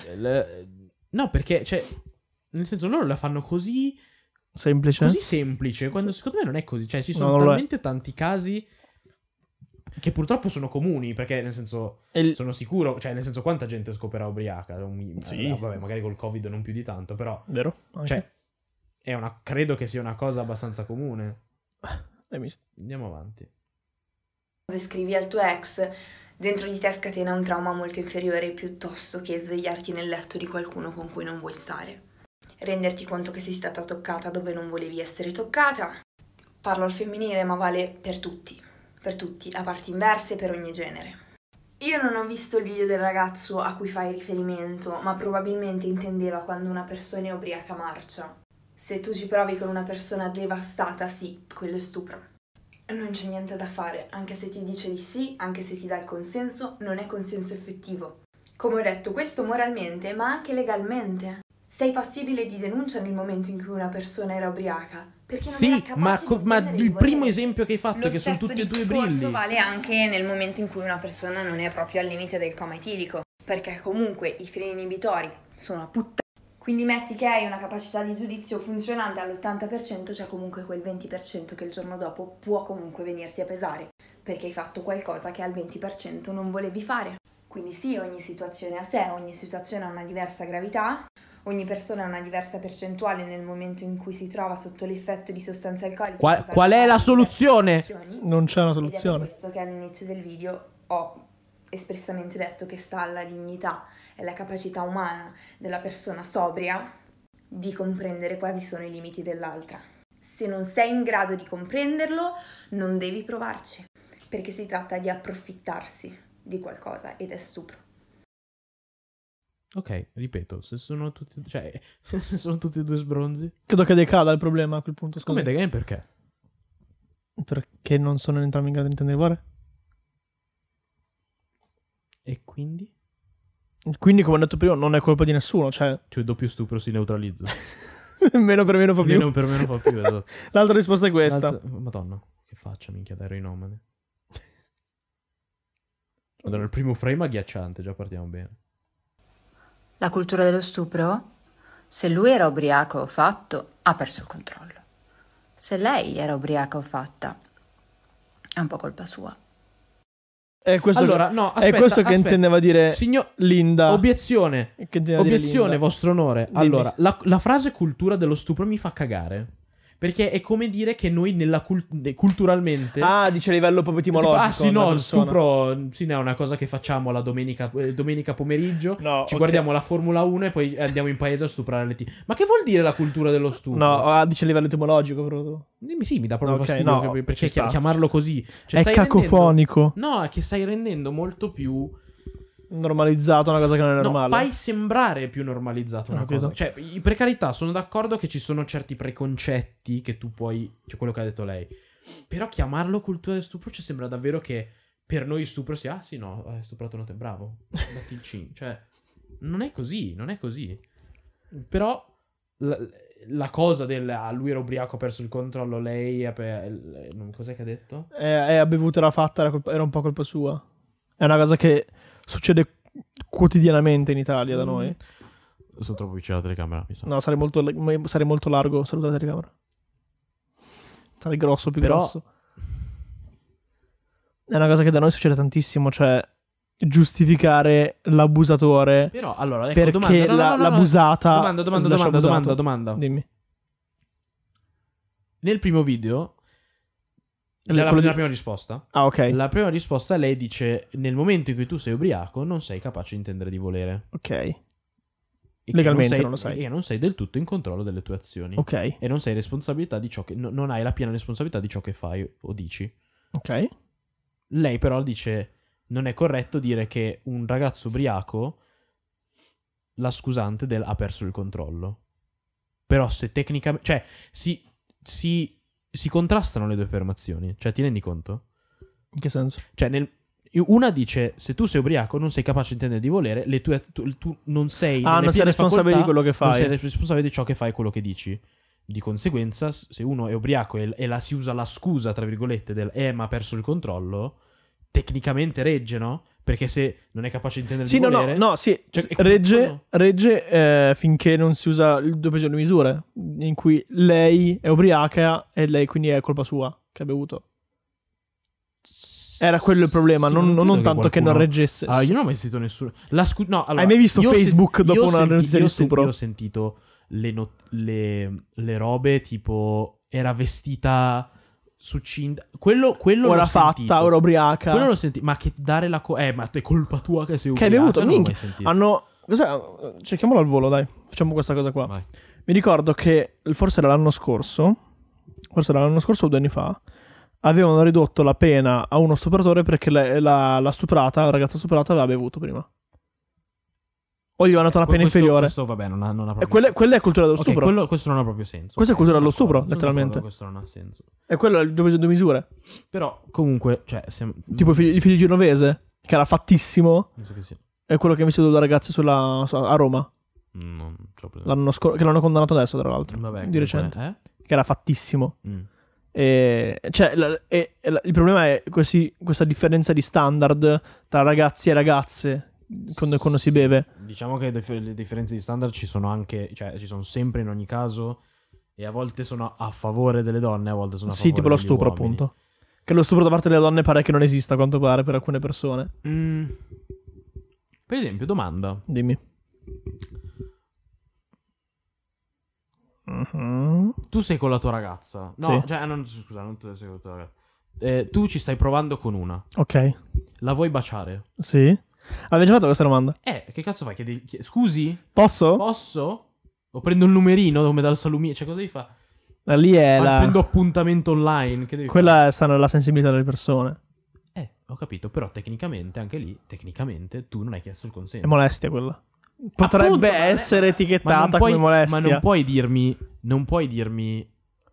No, perché, cioè, nel senso, loro la fanno così semplice, quando secondo me non è così. Cioè, ci sono talmente tanti casi che purtroppo sono comuni, perché nel senso sono sicuro, cioè nel senso, quanta gente scoprirà ubriaca? Sì. Vabbè, magari col Covid non più di tanto, però vero? Cioè credo che sia una cosa abbastanza comune. Andiamo avanti. Se scrivi al tuo ex, dentro di te scatena un trauma molto inferiore piuttosto che svegliarti nel letto di qualcuno con cui non vuoi stare. Renderti conto che sei stata toccata dove non volevi essere toccata. Parlo al femminile, ma vale per tutti, a parti inverse, per ogni genere. Io non ho visto il video del ragazzo a cui fai riferimento, ma probabilmente intendeva quando una persona è ubriaca marcia. Se tu ci provi con una persona devastata, sì, quello è stupro. Non c'è niente da fare, anche se ti dice di sì, anche se ti dà il consenso, non è consenso effettivo. Come ho detto, questo moralmente, ma anche legalmente. Sei passibile di denuncia nel momento in cui una persona era ubriaca, perché non era capace ma il primo esempio che hai fatto, che sono tutti e due brilli. Lo stesso vale anche nel momento in cui una persona non è proprio al limite del coma etilico, perché comunque i freni inibitori sono a puttana. Quindi metti che hai una capacità di giudizio funzionante all'80%, c'è comunque quel 20% che il giorno dopo può comunque venirti a pesare, perché hai fatto qualcosa che al 20% non volevi fare. Quindi sì, ogni situazione è a sé, ogni situazione ha una diversa gravità, ogni persona ha una diversa percentuale nel momento in cui si trova sotto l'effetto di sostanze alcoliche. Qual è la soluzione? Non c'è una soluzione. Ed è per questo che all'inizio del video ho espressamente detto che sta alla dignità e la capacità umana della persona sobria di comprendere quali sono i limiti dell'altra. Se non sei in grado di comprenderlo, non devi provarci, perché si tratta di approfittarsi di qualcosa ed è stupro. Ok, ripeto, se sono tutti... Cioè, se sono tutti e due sbronzi... Credo che decada il problema a quel punto. Scusa. Come The Game perché? Perché non sono entrambi in grado di intendere il cuore? E quindi? Quindi, come ho detto prima, non è colpa di nessuno. Cioè, Cioè, doppio stupro si neutralizza. meno per meno fa più. Meno per meno fa più, esatto. L'altra risposta è questa. Madonna, che faccia, minchia, da eroinomane. Madonna, il primo frame agghiacciante, già partiamo bene. La cultura dello stupro? Se lui era ubriaco o fatto, ha perso il controllo. Se lei era ubriaca o fatta, è un po' colpa sua. È questo, allora, no, aspetta, è questo che aspetta. intendeva dire Linda. Obiezione. Che intendeva dire Obiezione, Linda. vostro onore. Dimmi. Allora, la frase cultura dello stupro mi fa cagare. Perché è come dire che noi culturalmente... Ah, dice a livello proprio etimologico. Tipo, sì, no, una il persona. stupro sì, no, è una cosa che facciamo la domenica pomeriggio. No, ci ok. guardiamo la Formula 1 e poi andiamo in paese a stuprare le Ma che vuol dire la cultura dello stupro? No, dice a livello etimologico proprio. Sì, mi dà proprio Ok, fastidio. no, perché ci sta. chiamarlo così? Cioè, È stai cacofonico. No, è che stai rendendo molto più... Normalizzato, una cosa che non è normale. No, fai sembrare più normalizzato una Capito. cosa. Cioè, per carità, sono d'accordo che ci sono certi preconcetti che tu puoi... Cioè, quello che ha detto lei. Però chiamarlo cultura del stupro, cioè, sembra davvero che per noi stupro sia... Ah, sì, no, hai stuprato uno te, bravo. Batti il cin. Cioè, non è così, non è così. Però la cosa del... Ah, lui era ubriaco, ha perso il controllo, lei... Cos'è che ha detto? Ha bevuto, era fatta, era un po' colpa sua. È una cosa che succede quotidianamente in Italia da noi. Sono troppo vicino alla telecamera, mi sa. No, sarei molto largo. Saluta la telecamera. Sarei grosso, più Però... grosso. È una cosa che da noi succede tantissimo, cioè giustificare l'abusatore. Però, allora, ecco, perché l'abusata... Domanda. Dimmi. Nel primo video... Nella prima risposta. Ah, ok. La prima risposta lei dice: nel momento in cui tu sei ubriaco non sei capace di intendere di volere. Ok. E Legalmente non lo sei. E non sei del tutto in controllo delle tue azioni. Ok. E non sei responsabilità di ciò che... non hai la piena responsabilità di ciò che fai o dici. Ok. Lei però dice: non è corretto dire che un ragazzo ubriaco la scusante del ha perso il controllo. Però se tecnicamente... Cioè, si contrastano le due affermazioni. Cioè, ti rendi conto? In che senso? Cioè, una dice: se tu sei ubriaco non sei capace di intendere di volere, tu non sei... Ah, non sei responsabile di quello che fai. Non sei responsabile di ciò che fai e quello che dici. Di conseguenza, se uno è ubriaco e si usa la scusa, tra virgolette, del ma ha perso il controllo, tecnicamente regge, no? Perché se non è capace di intendere di volere... No, sì, cioè, regge finché non si usa il due pesi e due misure, in cui lei è ubriaca e lei quindi è colpa sua che ha bevuto. Era quello il problema, Sì, non tanto che non reggesse. Ah, io non ho mai sentito nessuno... No, allora, hai mai visto Facebook dopo una notizia di stupro? Io ho sentito le robe tipo era vestita... succinta. Quello ora l'ho fatta, sentito. ora ubriaca. Quello l'ho sentito. Ma che dare la ma è colpa tua che sei che ubriaca. hai bevuto, non l'ho minchia. mai sentito. Cos'è? Cerchiamolo al volo, dai. Facciamo questa cosa qua. Vai. Mi ricordo che forse era l'anno scorso o 2 anni fa, avevano ridotto la pena a uno stupratore perché la stuprata, la ragazza stuprata, aveva bevuto prima. O gli avevano dato una pena inferiore. Questo vabbè, non ha proprio Quella è cultura dello stupro. Questo non ha proprio senso. Questa è cultura dello stupro, Sono letteralmente. Questo non ha senso. E quello è il due pesi e due misure. Però, comunque, cioè... Tipo il figlio di Genovese, che era fattissimo, Non so che sia. è quello che ha investito due ragazze a Roma. Non c'ho preso. Che l'hanno condannato adesso, tra l'altro. Vabbè, di recente. comunque, Che era fattissimo. Mm. Il problema è questa differenza di standard tra ragazzi e ragazze quando si beve. Diciamo che le differenze di standard ci sono anche, cioè ci sono sempre in ogni caso, e a volte sono a favore delle donne, a volte sono a favore Sì, tipo lo degli stupro, uomini. appunto. Che lo stupro da parte delle donne pare che non esista, a quanto pare, per alcune persone. Per esempio, domanda. Dimmi. Tu sei con la tua ragazza. No, Sì. cioè, scusa, non tu sei con la tua ragazza. Tu ci stai provando con una. Ok. La vuoi baciare? Sì. Avevi già fatto questa domanda? Che cazzo fai? Scusi? Posso? Posso? O prendo il numerino come dal salumiere? Cioè, cosa devi fare? Lì è Prendo appuntamento online. Che devi quella sta nella sensibilità delle persone. Ho capito. Però tecnicamente, anche lì, tu non hai chiesto il È consenso. molestia quella. potrebbe Appunto, essere etichettata ma come molestia. Ma non puoi dirmi...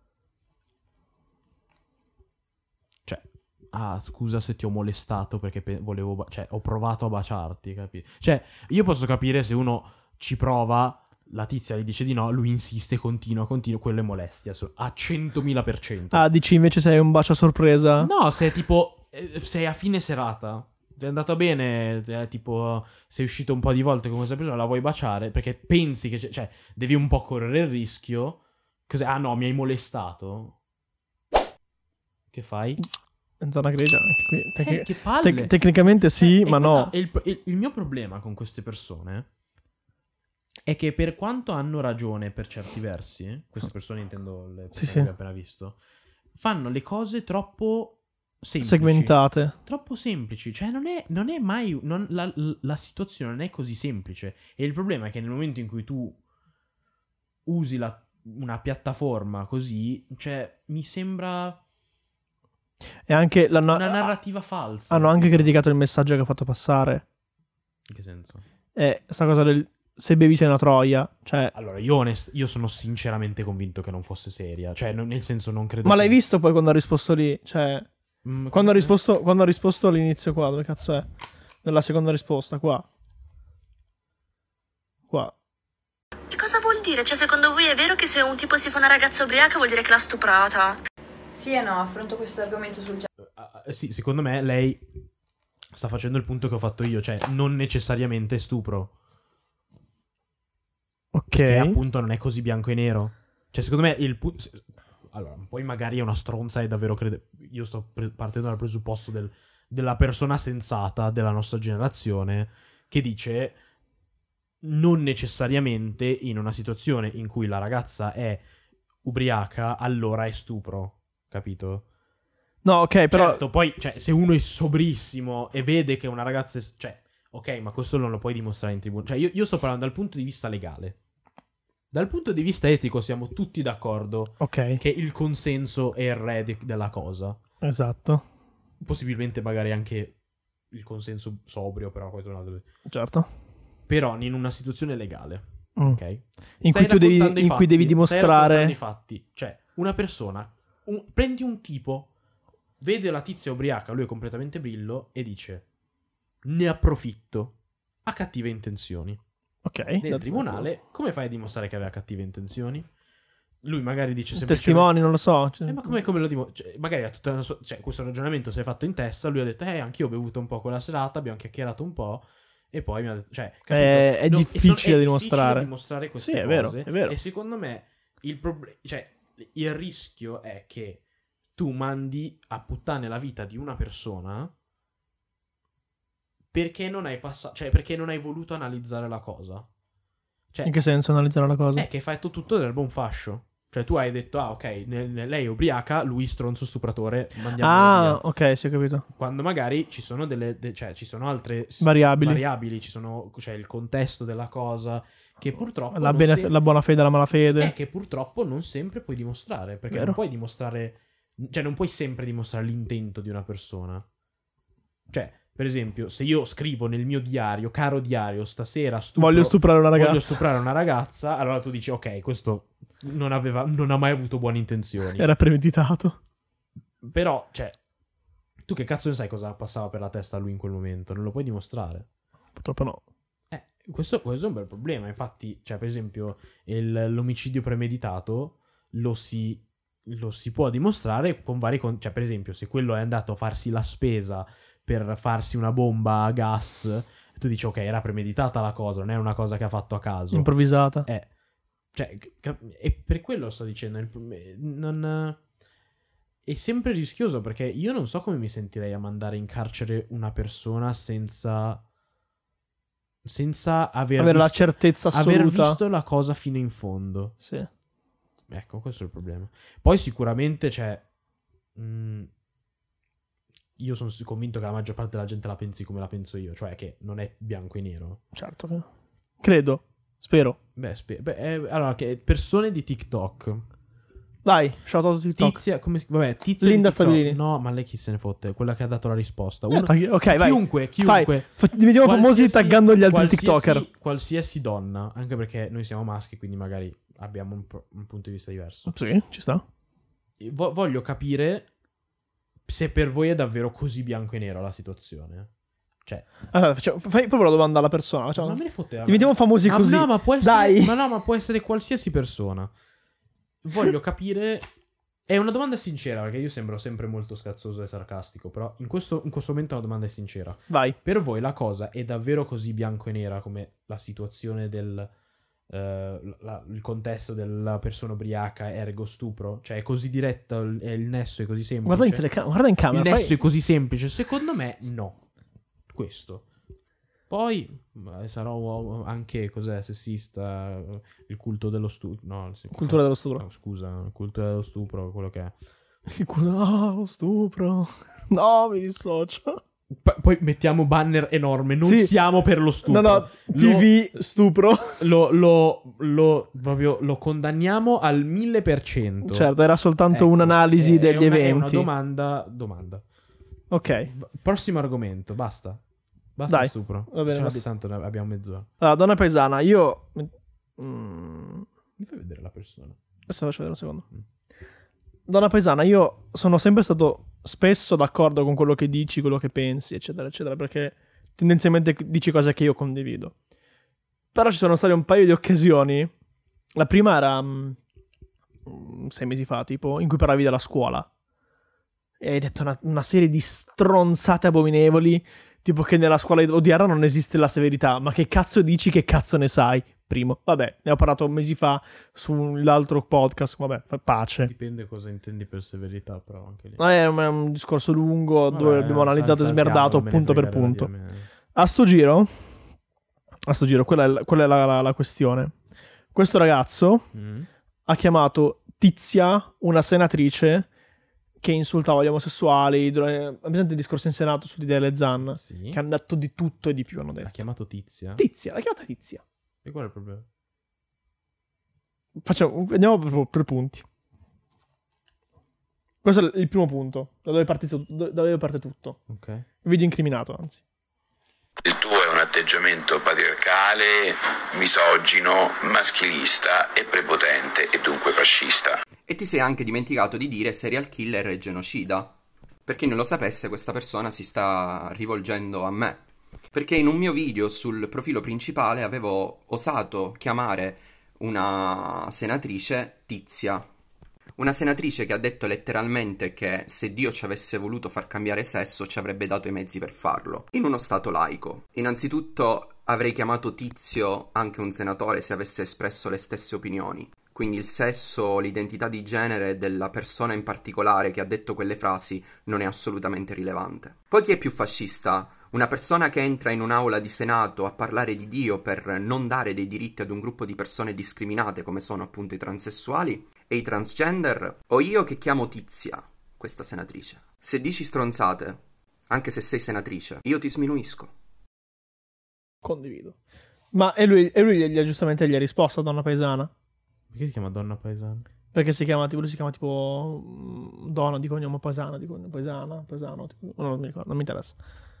Cioè, scusa se ti ho molestato perché volevo... Cioè, ho provato a baciarti, capi? Cioè, io posso capire se uno ci prova, la tizia gli dice di no, lui insiste, continua, quello è molestia, a 100.000%. Dici invece sei un bacio a sorpresa? No, se è tipo... sei a fine serata... Ti è andato bene, tipo, sei uscito un po' di volte con questa persona, la vuoi baciare, perché pensi che... Cioè, devi un po' correre il rischio. Cos'è? Ah no, mi hai molestato. Che fai? In zona grigia, anche qui. Che palle! Tecnicamente sì, ma no. Il mio problema con queste persone è che per quanto hanno ragione per certi versi, queste persone intendo le persone che abbiamo appena visto, fanno le cose troppo... semplici, segmentate, troppo semplici, cioè non è mai la situazione non è così semplice, e il problema è che nel momento in cui tu usi una piattaforma così, cioè mi sembra e anche una narrativa falsa. Hanno anche criticato il messaggio che ha fatto passare. In che senso? Sta cosa del se bevi sei una troia, cioè... Allora, io sono sinceramente convinto che non fosse seria, cioè nel senso non credo ma l'hai visto poi quando ha risposto lì, cioè... Quando ha risposto all'inizio qua, dove cazzo è? Nella seconda risposta, qua. E cosa vuol dire? Cioè, secondo voi è vero che se un tipo si fa una ragazza ubriaca vuol dire che l'ha stuprata? Sì e no, affronto questo argomento sul sì, secondo me lei sta facendo il punto che ho fatto io, cioè non necessariamente stupro. Ok. Che appunto non è così bianco e nero. Cioè, secondo me il punto... Allora, poi magari è una stronza e davvero io sto partendo dal presupposto della persona sensata della nostra generazione che dice non necessariamente in una situazione in cui la ragazza è ubriaca allora è stupro, capito? No, ok, però... Certo, poi, cioè, se uno è sobrissimo e vede che una ragazza è... Cioè, ok, ma questo non lo puoi dimostrare in tribunale. Cioè, io sto parlando dal punto di vista legale. Dal punto di vista etico siamo tutti d'accordo che il consenso è il re della cosa. Esatto. Possibilmente magari anche il consenso sobrio, però questo è un altro... Certo. Però in una situazione legale, ok? In cui devi dimostrare... i fatti. Cioè, una persona, prendi un tipo, vede la tizia ubriaca, lui è completamente brillo, e dice ne approfitto, ha cattive intenzioni. Ok. Nel tribunale, come fai a dimostrare che aveva cattive intenzioni? Lui magari dice semplicemente... Testimoni, non lo so. Ma come lo dimostra? Cioè, magari ha tutta questo ragionamento si è fatto in testa, lui ha detto, anch'io ho bevuto un po' quella serata, abbiamo chiacchierato un po', e poi mi ha detto... Cioè, è difficile dimostrare. Dimostrare queste sì, cose. È vero. E secondo me il rischio è che tu mandi a puttane la vita di una persona... Perché non hai perché non hai voluto analizzare la cosa. Cioè, in che senso analizzare la cosa? È che hai fatto tutto del buon fascio. Cioè tu hai detto, ok, lei è ubriaca, lui stronzo stupratore, mandiamo via. Ok, si è capito. Quando magari ci sono ci sono altre variabili, ci sono, cioè il contesto della cosa, che purtroppo... La buona fede e la malafede. È che purtroppo non sempre puoi dimostrare, perché non puoi dimostrare... Cioè non puoi sempre dimostrare l'intento di una persona. Cioè... Per esempio, se io scrivo nel mio diario, caro diario, stasera voglio stuprare una ragazza, allora tu dici, ok, questo non ha mai avuto buone intenzioni. Era premeditato. Però, cioè, tu che cazzo ne sai cosa passava per la testa a lui in quel momento? Non lo puoi dimostrare. Purtroppo no. Questo è un bel problema. Infatti, cioè, per esempio, l'omicidio premeditato lo si può dimostrare con vari... Cioè, per esempio, se quello è andato a farsi la spesa... per farsi una bomba a gas, tu dici ok, era premeditata la cosa, non è una cosa che ha fatto a caso, improvvisata. Cioè, e per quello sto dicendo, è sempre rischioso, perché io non so come mi sentirei a mandare in carcere una persona senza avere la certezza assoluta, aver visto la cosa fino in fondo. Sì. Ecco, questo è il problema. Poi sicuramente c'è... io sono convinto che la maggior parte della gente la pensi come la penso io, cioè che non è bianco e nero. Certo. Credo. Spero. Allora, che persone di TikTok Vai, shout out TikTok. Tizia, vabbè, Tizia Linda di TikTok. Stabilini. No, ma lei chi se ne fotte? Quella che ha dato la risposta. Ok, vai. Chiunque. Diventiamo famosi taggando gli altri TikToker. Qualsiasi donna, anche perché noi siamo maschi, quindi magari abbiamo un punto di vista diverso. Sì, ci sta. Voglio capire se per voi è davvero così bianco e nero la situazione. Cioè, allora, fai proprio la domanda alla persona. Ma me ne fotte. Diventiamo famosi così. No, ma può essere, Dai. ma può essere qualsiasi persona. Voglio capire. È una domanda sincera, perché io sembro sempre molto scazzoso e sarcastico. Però in questo momento la domanda è sincera. Vai. Per voi la cosa è davvero così bianco e nera come la situazione del. Il contesto della persona ubriaca, ergo stupro? Cioè è così diretta, il nesso è così semplice. Guarda in camera. Il nesso è così semplice. Secondo me, no. Questo. Poi sarò anche sessista, il culto dello stupro. No, cultura dello stupro. No, scusa, il culto dello stupro, quello che è. Lo stupro. No, mi dissocio. Poi mettiamo banner enorme. Non siamo per lo stupro. No, TV stupro. Proprio lo condanniamo al 1000%. Certo, era soltanto un'analisi degli eventi. È una domanda. Ok. Prossimo argomento, basta. Dai, stupro. Va bene, tanto abbiamo mezz'ora. Allora, donna paesana, io... Mi fai vedere la persona? Adesso faccio vedere un secondo. Donna paesana, io sono sempre stato spesso d'accordo con quello che dici, quello che pensi, eccetera, eccetera, perché tendenzialmente dici cose che io condivido. Però ci sono state un paio di occasioni. La prima era 6 mesi fa, tipo, in cui parlavi della scuola. E hai detto una serie di stronzate abominevoli, tipo che nella scuola odierna non esiste la severità. Ma che cazzo dici, che cazzo ne sai? Primo. Vabbè, ne ho parlato mesi fa sull'altro podcast, vabbè, pace. Dipende cosa intendi per severità, però anche lì. È un discorso lungo, dove abbiamo analizzato e smerdato punto per punto. A sto giro, quella è la questione. Questo ragazzo ha chiamato Tizia, una senatrice, che insultava gli omosessuali. Abbiamo presente il discorso in Senato sull'idea delle Zan? Sì. Che hanno detto di tutto e di più, hanno detto. Ha chiamato Tizia? L'ha chiamata Tizia. E qual è il problema? Andiamo per punti. Questo è il primo punto, da dove parte tutto. Ok. Video incriminato, anzi. Il tuo è un atteggiamento patriarcale, misogino, maschilista e prepotente e dunque fascista. E ti sei anche dimenticato di dire serial killer e genocida. Per chi non lo sapesse, questa persona si sta rivolgendo a me. Perché in un mio video sul profilo principale avevo osato chiamare una senatrice Tizia. Una senatrice che ha detto letteralmente che se Dio ci avesse voluto far cambiare sesso ci avrebbe dato i mezzi per farlo. In uno stato laico. Innanzitutto avrei chiamato tizio anche un senatore se avesse espresso le stesse opinioni. Quindi il sesso, l'identità di genere della persona in particolare che ha detto quelle frasi non è assolutamente rilevante. Poi chi è più fascista? Una persona che entra in un'aula di Senato a parlare di Dio per non dare dei diritti ad un gruppo di persone discriminate come sono appunto i transessuali e i transgender? O io che chiamo Tizia, questa senatrice? Se dici stronzate, anche se sei senatrice, io ti sminuisco. Condivido. Ma e lui giustamente gli ha risposto, donna paesana? Perché si chiama donna paesana? Perché lui si chiama tipo donna di cognome paesano, tipo, non mi ricordo, non mi interessa.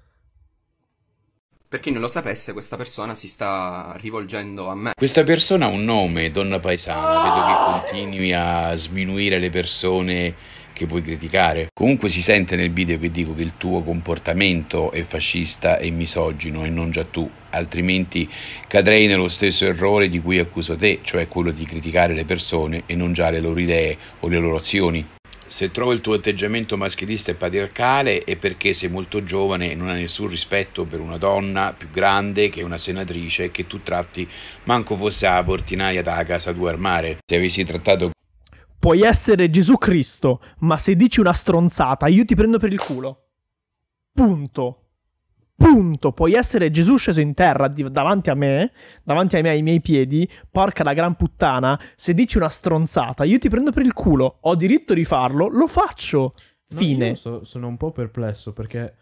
Per chi non lo sapesse, questa persona si sta rivolgendo a me. Questa persona ha un nome, donna paesana. Vedo che continui a sminuire le persone che vuoi criticare. Comunque si sente nel video che dico che il tuo comportamento è fascista e misogino e non già tu, altrimenti cadrei nello stesso errore di cui accuso te, cioè quello di criticare le persone e non già le loro idee o le loro azioni. Se trovo il tuo atteggiamento maschilista e patriarcale è perché sei molto giovane e non hai nessun rispetto per una donna più grande che una senatrice che tu tratti manco fosse la portinaia da casa tua al mare. Se avessi trattato... Puoi essere Gesù Cristo, ma se dici una stronzata io ti prendo per il culo. Punto. Puoi essere Gesù sceso in terra davanti a me, davanti ai miei piedi, porca la gran puttana, se dici una stronzata io ti prendo per il culo, ho diritto di farlo, lo faccio. Fine. Io sono un po' perplesso perché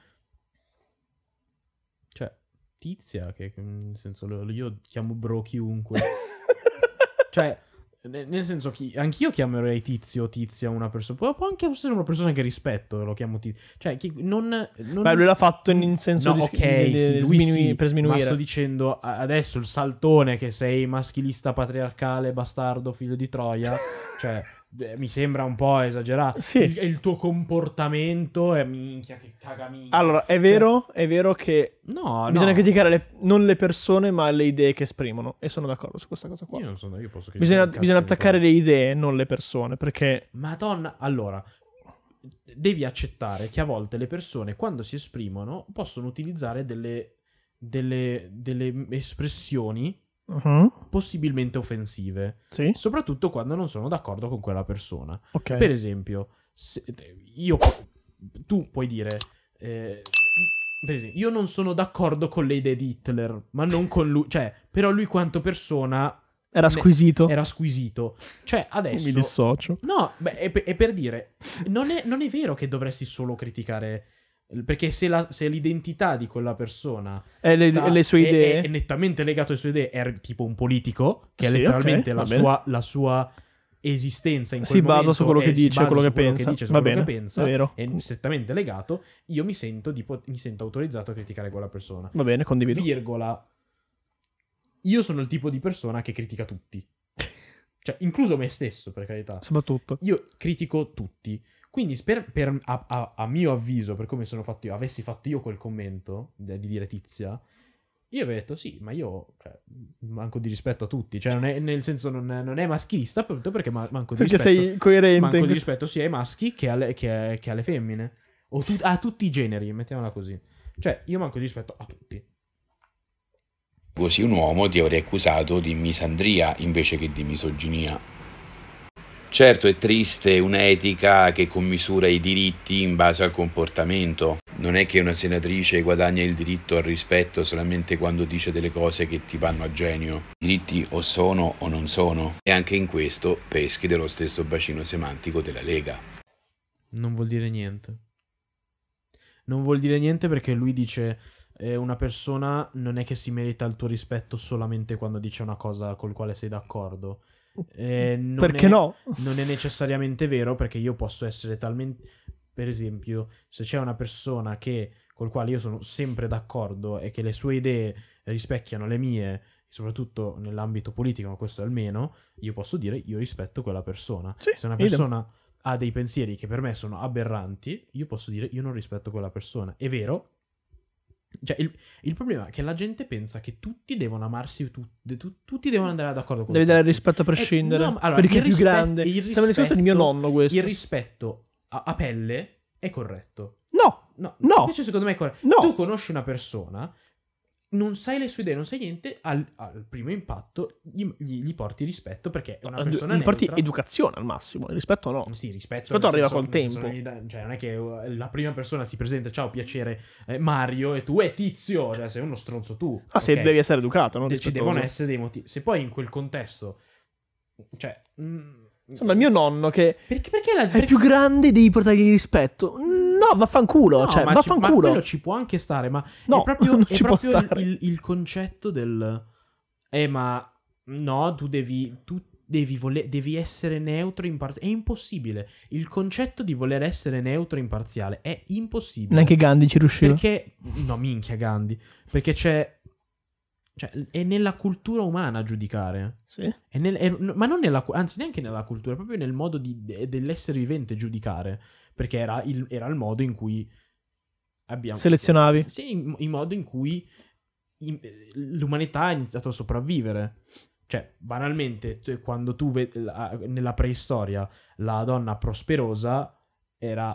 cioè Tizia, che nel senso io chiamo bro chiunque. Cioè Nel senso che anch'io chiamerei tizio o tizia una persona. Può anche essere una persona che rispetto, lo chiamo tizio. Cioè, Beh, lui l'ha fatto in senso no, di lui sì, per sminuire. ma sto dicendo adesso il saltone che sei maschilista patriarcale, bastardo, figlio di Troia. Cioè, mi sembra un po' esagerato. Sì. Il tuo comportamento è minchia, che cagamina. Allora, è vero che bisogna criticare non le persone, ma le idee che esprimono. E sono d'accordo su questa cosa qua. Io non sono, io posso bisogna attaccare le idee, non le persone, perché... Madonna, allora, devi accettare che a volte le persone, quando si esprimono, possono utilizzare delle espressioni possibilmente offensive, sì? Soprattutto quando non sono d'accordo con quella persona. Okay. Per esempio, tu puoi dire per esempio, io non sono d'accordo con le idee di Hitler, ma non con lui, cioè, però lui quanto persona era squisito. Cioè, adesso mi dissocio. No, beh, è per dire, non è vero che dovresti solo criticare, perché se l'identità di quella persona le sue idee è nettamente legato alle sue idee, è tipo un politico che è sì, letteralmente okay, la sua esistenza in quel si momento basa su quello che dice, quello che pensa. Va bene, pensa, è vero. È strettamente legato. Io mi sento autorizzato a criticare quella persona. Va bene, condivido. Virgola. Io sono il tipo di persona che critica tutti. Cioè, incluso me stesso, per carità. Soprattutto. Io critico tutti. Quindi, a mio avviso, per come sono fatto io, avessi fatto io quel commento di dire tizia, io avrei detto sì, ma io manco di rispetto a tutti. Cioè, non è, nel senso, non è maschilista, proprio perché manco di rispetto. Perché sei coerente. Manco di rispetto sia ai maschi che alle femmine. O a tutti i generi, mettiamola così. Cioè, io manco di rispetto a tutti. Così un uomo ti avrei accusato di misandria invece che di misoginia. Certo è triste un'etica che commisura i diritti in base al comportamento. Non è che una senatrice guadagna il diritto al rispetto solamente quando dice delle cose che ti vanno a genio. I diritti o sono o non sono. E anche in questo peschi dello stesso bacino semantico della Lega. Non vuol dire niente. Non vuol dire niente perché lui dice una persona non è che si merita il tuo rispetto solamente quando dice una cosa col quale sei d'accordo. Perché no? Non è necessariamente vero, perché io posso essere talmente... Per esempio, se c'è una persona col quale io sono sempre d'accordo e che le sue idee rispecchiano le mie, soprattutto nell'ambito politico, ma questo almeno, io posso dire io rispetto quella persona. Sì, se una persona ha dei pensieri che per me sono aberranti, io posso dire io non rispetto quella persona. È vero? Cioè, il problema è che la gente pensa che tutti devono amarsi, tutti devono andare d'accordo con devi dare rispetto a prescindere. No, allora, perché è più grande. Sembra il discorso di mio nonno questo. Il rispetto a pelle è corretto. No. Invece secondo me è corretto. No. Tu conosci una persona, non sai le sue idee, non sai niente, al primo impatto gli porti rispetto perché è una persona gli porti neutra. educazione al massimo, il rispetto no. Sì, rispetto arriva senso, col tempo. Cioè, non è che la prima persona si presenta, ciao, piacere, Mario, e tu è Tizio, cioè sei uno stronzo tu. Se devi essere educato, no? Ci devono essere dei motivi. Se poi in quel contesto, cioè... Insomma, il mio nonno che perché è più grande, devi portargli rispetto. No, vaffanculo, cioè, vaffanculo. Ma quello ci può anche stare, ma no, è proprio, non ci può stare. Il concetto del... ma no, tu devi essere neutro imparziale. È impossibile. Il concetto di voler essere neutro imparziale è impossibile. Neanche Gandhi ci riusciva. Perché... No, minchia Gandhi. Perché c'è... Cioè, è nella cultura umana giudicare. Sì. Ma non anzi, neanche nella cultura, proprio nel modo dell'essere vivente giudicare. Perché era il modo in cui abbiamo... Selezionavi. Sì, il modo in cui l'umanità ha iniziato a sopravvivere. Cioè, banalmente, quando tu vedi nella preistoria la donna prosperosa era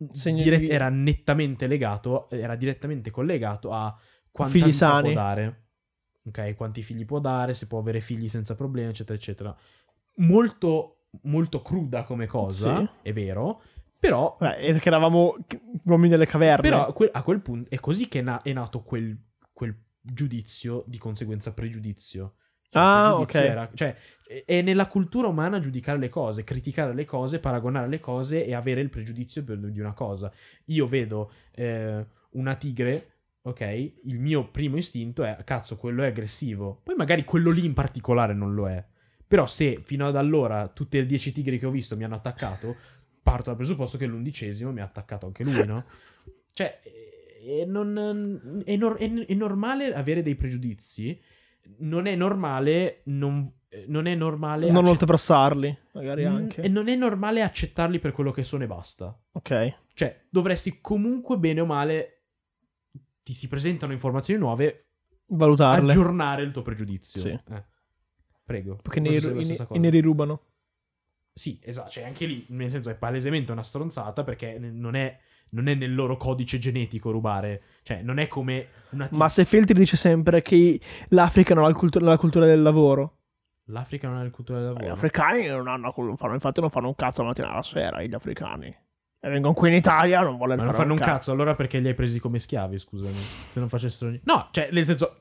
nettamente legato, era direttamente collegato a quanta figli vita sani può dare. Ok, quanti figli può dare, se può avere figli senza problemi, eccetera, eccetera. Molto, molto cruda come cosa, sì. È vero, però... perché eravamo uomini delle caverne. Però a quel punto è così che è nato quel giudizio, di conseguenza pregiudizio. Cioè, ok. Cioè, è nella cultura umana giudicare le cose, criticare le cose, paragonare le cose e avere il pregiudizio di una cosa. Io vedo una tigre... Ok, il mio primo istinto è, cazzo, quello è aggressivo. Poi magari quello lì in particolare non lo è. Però se fino ad allora tutti e 10 tigri che ho visto mi hanno attaccato, parto dal presupposto che l'11° mi ha attaccato anche lui, no? Cioè, è normale avere dei pregiudizi, non è normale non oltrepassarli, magari anche. E non è normale accettarli per quello che sono e basta. Ok. Cioè, dovresti comunque, bene o male, ti si presentano informazioni nuove, valutarle, aggiornare il tuo pregiudizio. Sì. Prego. Perché ne rirubano. Sì, esatto. Cioè, anche lì, nel senso, è palesemente una stronzata, perché non è nel loro codice genetico rubare. Cioè, non è come una... Ma se Feltri dice sempre che l'Africa non ha la cultura del lavoro. L'Africa non ha la cultura del lavoro? Gli africani infatti non fanno un cazzo la mattina alla sera, gli africani. E vengono qui in Italia, non vogliono fare fanno un cazzo. Allora perché li hai presi come schiavi, scusami? Se non facessero... No, cioè, nel senso...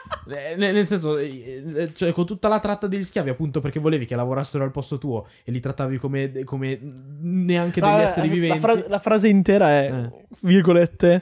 cioè, con tutta la tratta degli schiavi, appunto perché volevi che lavorassero al posto tuo e li trattavi come neanche degli esseri viventi. La frase intera è, virgolette,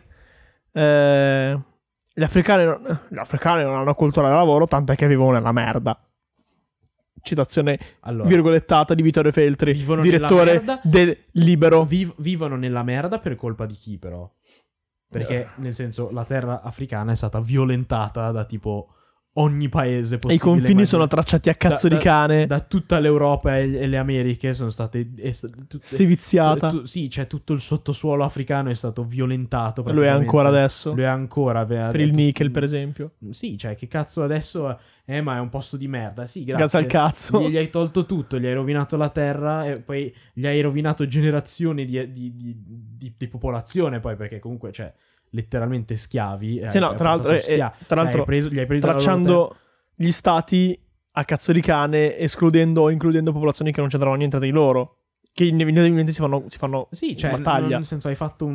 gli africani non hanno cultura del lavoro, tant'è che vivono nella merda. Citazione virgolettata di Vittorio Feltri, direttore del Libero. Vivono nella merda per colpa di chi, però? Perché, nel senso, la terra africana è stata violentata da tipo ogni paese possibile. E i confini sono tracciati a cazzo di cane. Da tutta l'Europa e le Americhe sono state... seviziata. Sì, cioè tutto il sottosuolo africano è stato violentato. Lo è ancora adesso. Lo è ancora. Per il nickel, per esempio. Sì, cioè che cazzo adesso... ma è un posto di merda. Sì, grazie. Grazie al cazzo. Gli hai tolto tutto, gli hai rovinato la terra e poi gli hai rovinato generazioni di popolazione, poi, perché comunque, cioè, letteralmente schiavi. Sì, no, tra l'altro gli hai preso tracciando gli stati a cazzo di cane, escludendo o includendo popolazioni che non c'entravano niente tra di loro, che inevitabilmente si fanno sì, cioè, battaglia. Nel senso, hai fatto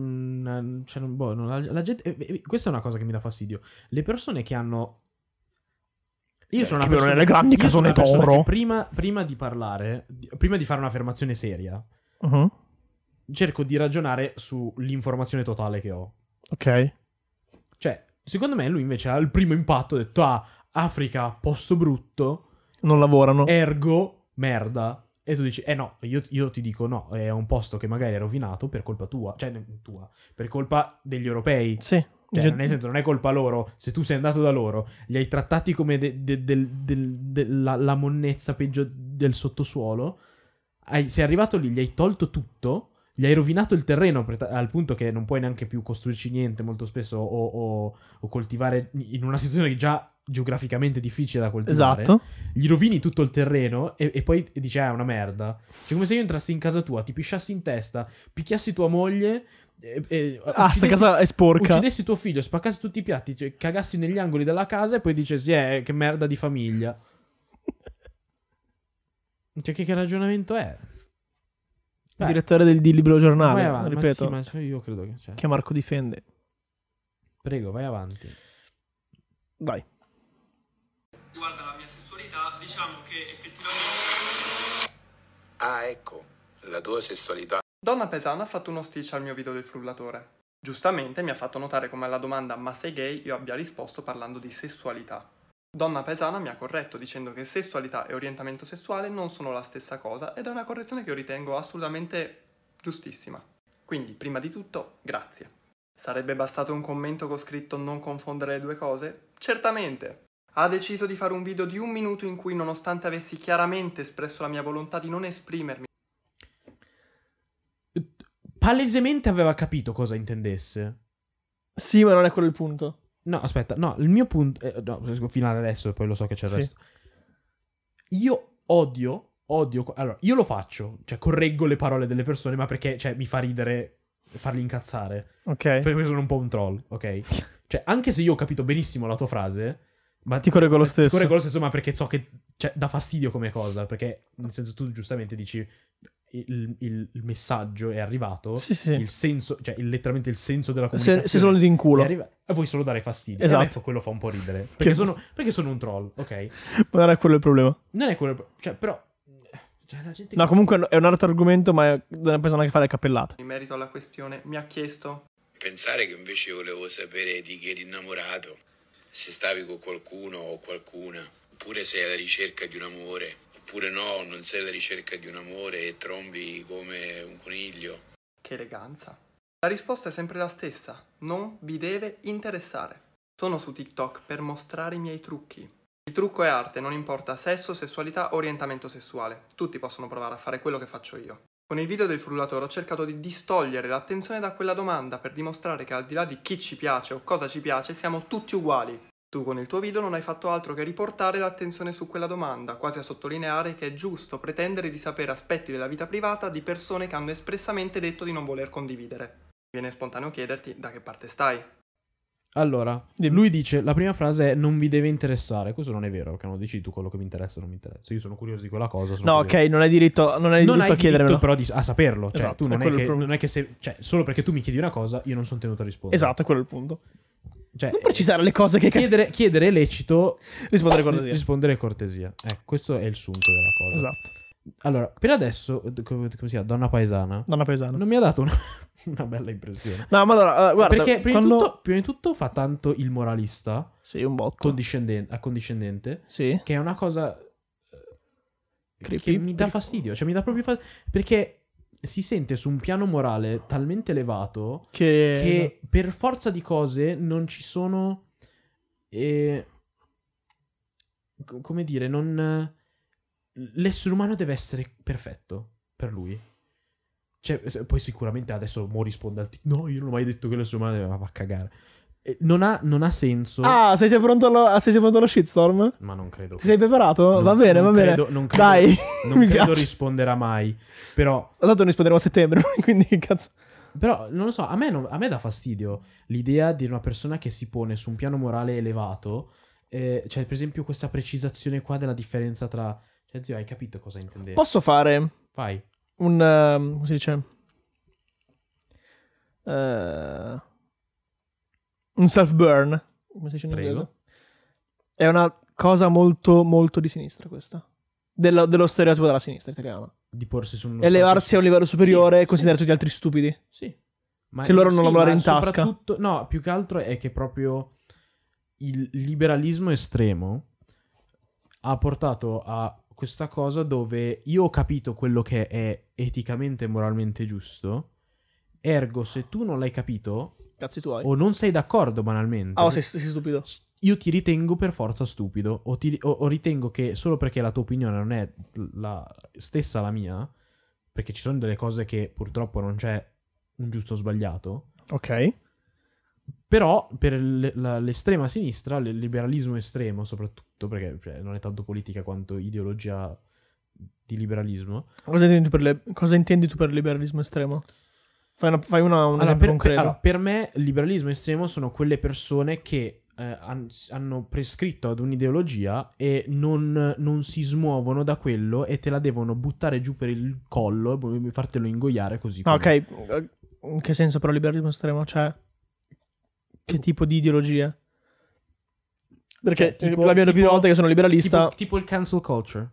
la gente... Questa è una cosa che mi dà fastidio. Le persone che hanno... Io sono una persona, nelle grandi casone d'oro. Prima di parlare, prima di fare un'affermazione seria, cerco di ragionare sull'informazione totale che ho. Ok. Cioè, secondo me lui invece al primo impatto ha detto: Africa, posto brutto, non lavorano, ergo merda. E tu dici, no, io ti dico no, è un posto che magari è rovinato per colpa tua, cioè per colpa degli europei. Sì. Cioè, nel senso, non è colpa loro. Se tu sei andato da loro, li hai trattati come la monnezza peggio del sottosuolo, sei arrivato lì, gli hai tolto tutto, gli hai rovinato il terreno al punto che non puoi neanche più costruirci niente molto spesso o coltivare in una situazione che già geograficamente difficile da coltivare. Esatto. Gli rovini tutto il terreno e poi dici è una merda. Cioè, come se io entrassi in casa tua, ti pisciassi in testa, picchiassi tua moglie, sta casa è sporca, uccidessi tuo figlio, spaccassi tutti i piatti, cioè, cagassi negli angoli della casa e poi dicessi che merda di famiglia. Cioè, che ragionamento è? Il direttore del Libero Giornale, vai avanti, ripeto, ma io credo che Marco difende. Prego, vai avanti. Vai. Riguarda la mia sessualità, diciamo che effettivamente... ecco, la tua sessualità. Donna Pesana ha fatto uno stitch al mio video del frullatore. Giustamente mi ha fatto notare come alla domanda "ma sei gay?" io abbia risposto parlando di sessualità. Donna Pesana mi ha corretto dicendo che sessualità e orientamento sessuale non sono la stessa cosa ed è una correzione che io ritengo assolutamente giustissima. Quindi, prima di tutto, grazie. Sarebbe bastato un commento con scritto "non confondere le due cose"? Certamente! Ha deciso di fare un video di 1 minuto in cui, nonostante avessi chiaramente espresso la mia volontà di non esprimermi, palesemente aveva capito cosa intendesse. Sì, ma non è quello il punto. No, aspetta, no, il mio punto... no, fino ad adesso, poi lo so che c'è il resto. Io odio... Allora, io lo faccio, cioè correggo le parole delle persone, ma perché, cioè, mi fa ridere farli incazzare. Ok. Perché sono un po' un troll, ok? Cioè, anche se io ho capito benissimo la tua frase... Ma ti correggo lo stesso. Ti correggo lo stesso, ma perché so che... Cioè, dà fastidio come cosa, perché, nel senso, tu giustamente dici... Il messaggio è arrivato, sì. Il senso, cioè letteralmente il senso della comunicazione se sono in culo e vuoi solo dare fastidio. Esatto. E a me quello fa un po' ridere perché sono un troll, ok? Ma non è quello il problema. Non è quello, cioè, però cioè, la gente no, comunque è un altro argomento, ma è una persona che fa le cappellate. in merito alla questione mi ha chiesto: Pensare che invece volevo sapere di chi eri innamorato, se stavi con qualcuno o qualcuna. Oppure sei alla ricerca di un amore, oppure no, non sei alla ricerca di un amore e trombi come un coniglio. Che eleganza. La risposta è sempre la stessa. Non vi deve interessare. Sono su TikTok per mostrare i miei trucchi. Il trucco è arte, non importa sesso, sessualità o orientamento sessuale. Tutti possono provare a fare quello che faccio io. Con il video del frullatore ho cercato di distogliere l'attenzione da quella domanda per dimostrare che al di là di chi ci piace o cosa ci piace, siamo tutti uguali. Tu con il tuo video non hai fatto altro che riportare l'attenzione su quella domanda, quasi a sottolineare che è giusto pretendere di sapere aspetti della vita privata di persone che hanno espressamente detto di non voler condividere. Viene spontaneo chiederti da che parte stai. Allora, lui dice, la prima frase è non vi deve interessare. Questo non è vero, perché non dici tu quello che mi interessa o non mi interessa. Io sono curioso di quella cosa. No, ok, non hai diritto a chiedermelo. Però a saperlo. Cioè, Esatto, tu non è che se... Cioè, solo perché tu mi chiedi una cosa, io non sono tenuto a rispondere. Esatto, è quello il punto. Cioè, non precisare le cose che... Chiedere è lecito. Rispondere cortesia. Questo è il sunto della cosa. Esatto. Allora, per adesso, come si chiama? Donna paesana. Non mi ha dato una bella impressione. No, ma allora, guarda, perché prima di tutto fa tanto il moralista. Sì, un botto. Accondiscendente. Sì. Che è una cosa creepy, che mi dà fastidio. Cioè, mi dà proprio fastidio. Perché si sente su un piano morale talmente elevato che per forza di cose non ci sono... come dire, non... L'essere umano deve essere perfetto per lui. Cioè, poi sicuramente adesso mo risponde al no, io non ho mai detto che l'essere umano deve cagare. Non ha senso. Ah, sei già pronto allo shitstorm? Ma non credo. Ti sei preparato? Va bene. Dai. Non credo risponderà mai. Però tanto ne risponderemo a settembre, quindi che cazzo. Però, non lo so, a me dà fastidio l'idea di una persona che si pone su un piano morale elevato. Cioè, per esempio, questa precisazione qua della differenza tra... Cioè, zio, hai capito cosa intendevo? Posso fare... Fai. come si dice? Un self-burn. Come si dice in inglese? È una cosa molto, molto di sinistra questa. Dello stereotipo della sinistra italiana. Di porsi su uno elevarsi a un livello superiore e considerare tutti gli altri stupidi. Sì. Ma che loro non hanno l'ora in tasca. No, più che altro è che proprio il liberalismo estremo ha portato a questa cosa dove io ho capito quello che è eticamente e moralmente giusto, ergo se tu non l'hai capito, cazzi tuoi, o non sei d'accordo banalmente, sei stupido, io ti ritengo per forza stupido, o ritengo che solo perché la tua opinione non è la stessa la mia, perché ci sono delle cose che purtroppo non c'è un giusto o sbagliato, ok, però per l'estrema sinistra, il liberalismo estremo soprattutto, perché non è tanto politica quanto ideologia di liberalismo. Cosa intendi tu per liberalismo estremo? Fai un esempio concreto. Per me il liberalismo estremo sono quelle persone che hanno prescritto ad un'ideologia e non si smuovono da quello e te la devono buttare giù per il collo e fartelo ingoiare così. Ok, in che senso però liberalismo estremo? Cioè, che tipo di ideologia? Perché l'abbiamo più volte che sono liberalista. Tipo il cancel culture.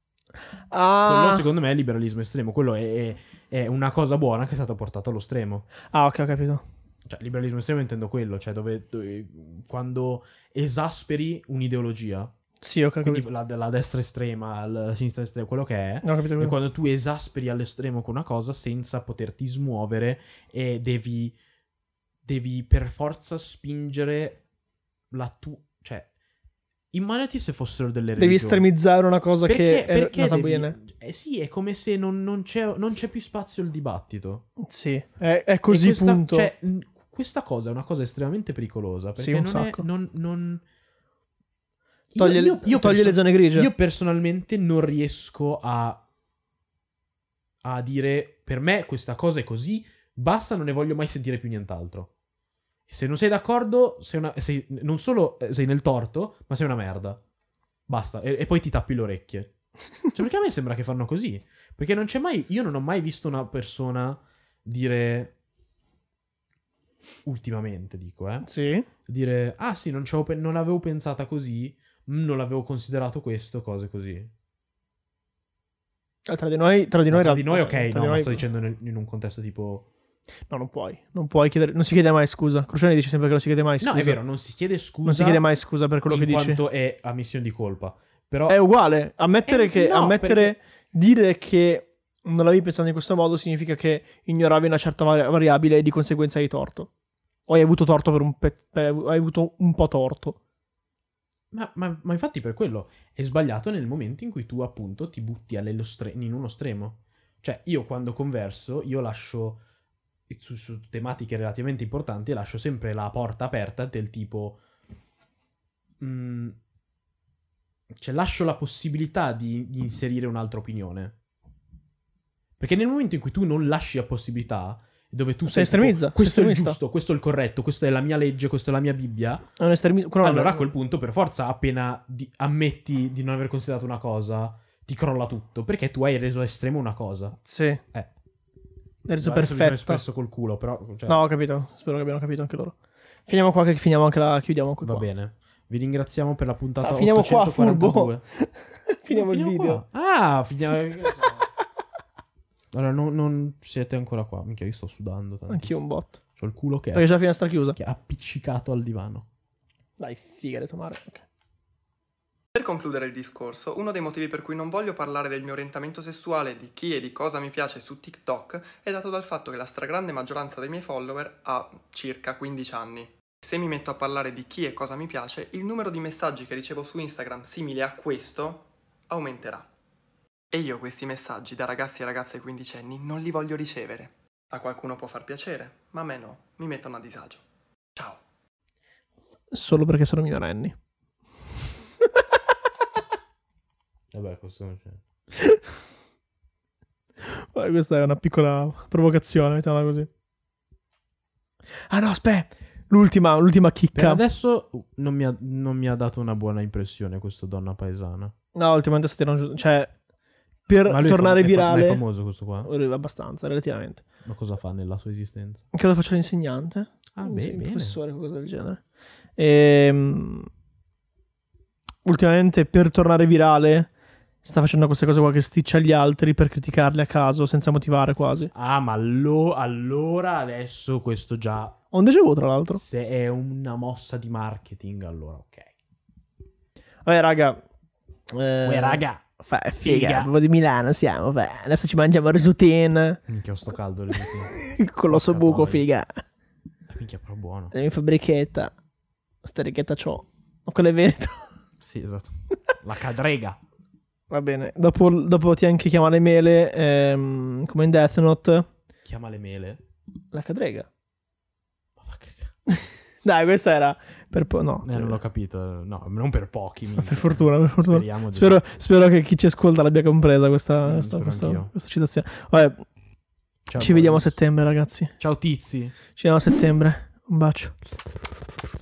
Quello secondo me è liberalismo estremo. Quello è una cosa buona che è stata portata allo stremo. Ah, ok, ho capito. Cioè, liberalismo estremo intendo quello, cioè dove quando esasperi un'ideologia. Sì, ho capito. Quindi la destra estrema, la sinistra estrema, quello che è. Ho capito. E quando tu esasperi all'estremo con una cosa senza poterti smuovere e devi per forza spingere la tua... Cioè, immaginati se fossero delle religioni. Devi estremizzare una cosa che è nata bene. Sì, è come se non c'è più spazio al dibattito. Sì, è così, punto. Cioè, questa cosa è una cosa estremamente pericolosa. Perché sì, un sacco. Toglie le zone grigie. Io personalmente non riesco a dire, per me questa cosa è così, basta, non ne voglio mai sentire più nient'altro. Se non sei d'accordo, non solo sei nel torto, ma sei una merda. Basta. E poi ti tappi le orecchie. Cioè, perché a me sembra che fanno così. Perché non c'è mai... Io non ho mai visto una persona dire... Ultimamente, dico, Sì. Dire, ah sì, non l'avevo pensata così, non l'avevo considerato questo, cose così. Tra di noi ok, ma sto dicendo in un contesto tipo... No, non puoi chiedere, non si chiede mai scusa. Crociani dice sempre che non si chiede mai scusa. No, è vero, non si chiede scusa. Non si chiede mai scusa per quello che dici. In quanto è ammissione di colpa. Però è uguale. Ammettere perché... dire che non l'avevi pensato in questo modo significa che ignoravi una certa variabile e di conseguenza hai torto. O hai avuto torto hai avuto un po' torto. Ma infatti per quello è sbagliato nel momento in cui tu appunto ti butti in uno estremo. Cioè io quando converso, io lascio su tematiche relativamente importanti, lascio sempre la porta aperta del tipo... cioè lascio la possibilità di inserire un'altra opinione. Perché nel momento in cui tu non lasci la possibilità, dove tu sei estremizza, tipo, questo è il giusto, questo è il corretto, questa è la mia legge, questa è la mia Bibbia, è un estremista. Allora a quel punto per forza appena ammetti di non aver considerato una cosa, ti crolla tutto, perché tu hai reso estremo una cosa. Sì. L'hai reso perfetta. Mi sono espresso col culo, però... Cioè... No, ho capito. Spero che abbiano capito anche loro. Finiamo qua, che finiamo anche chiudiamo qui. Va bene. Vi ringraziamo per la puntata finiamo 842. Qua, furbo. finiamo il video. Qua. Finiamo... Allora, non siete ancora qua. Minchia, io sto sudando tanto. Anch'io un botto. C'ho il culo perché c'è la finestra chiusa. Che è appiccicato al divano. Dai, figa le tomare. Ok. Per concludere il discorso, uno dei motivi per cui non voglio parlare del mio orientamento sessuale, di chi e di cosa mi piace su TikTok, è dato dal fatto che la stragrande maggioranza dei miei follower ha circa 15 anni. Se mi metto a parlare di chi e cosa mi piace, il numero di messaggi che ricevo su Instagram simile a questo aumenterà. E io questi messaggi da ragazzi e ragazze quindicenni non li voglio ricevere. A qualcuno può far piacere, ma a me no, mi mettono a disagio. Ciao. Solo perché sono minorenni. Vabbè, questo non c'è. Vabbè, questa è una piccola provocazione, mettiamola così. Ah no, aspetta. L'ultima chicca. Per adesso non mi ha dato una buona impressione questo Donna Paesana. No, ultimamente sta tirando giù. Cioè, per tornare virale... Ma è famoso questo qua? Abbastanza, relativamente. Ma cosa fa nella sua esistenza? Credo faccia l'insegnante. Ah, bene. Professore, qualcosa del genere. Ultimamente, per tornare virale, sta facendo queste cose qua che sticcia gli altri per criticarli a caso, senza motivare quasi. Ah, ma allora adesso questo già... Ho un déjà vu, tra l'altro. Se è una mossa di marketing, allora ok. Vabbè, raga. Raga. Figa, proprio di Milano siamo. Adesso ci mangiamo il risotto. Minchia, sto caldo il risotto. Con l'osso buco, figa. Minchia, però buono. La mia fabbrichetta. Sterichetta c'ho. O quella è Veneto. Sì, esatto. La cadrega. Va bene. Dopo ti anche chiama le mele. Come in Death Note. Chiama le mele? La cadrega. Dai, questa era per no. Non l'ho capito. No, non per pochi. Per fortuna. Spero che chi ci ascolta l'abbia compresa questa citazione. Vabbè. Ciao, ci vediamo a settembre, ragazzi. Ciao tizi. Ci vediamo a settembre. Un bacio.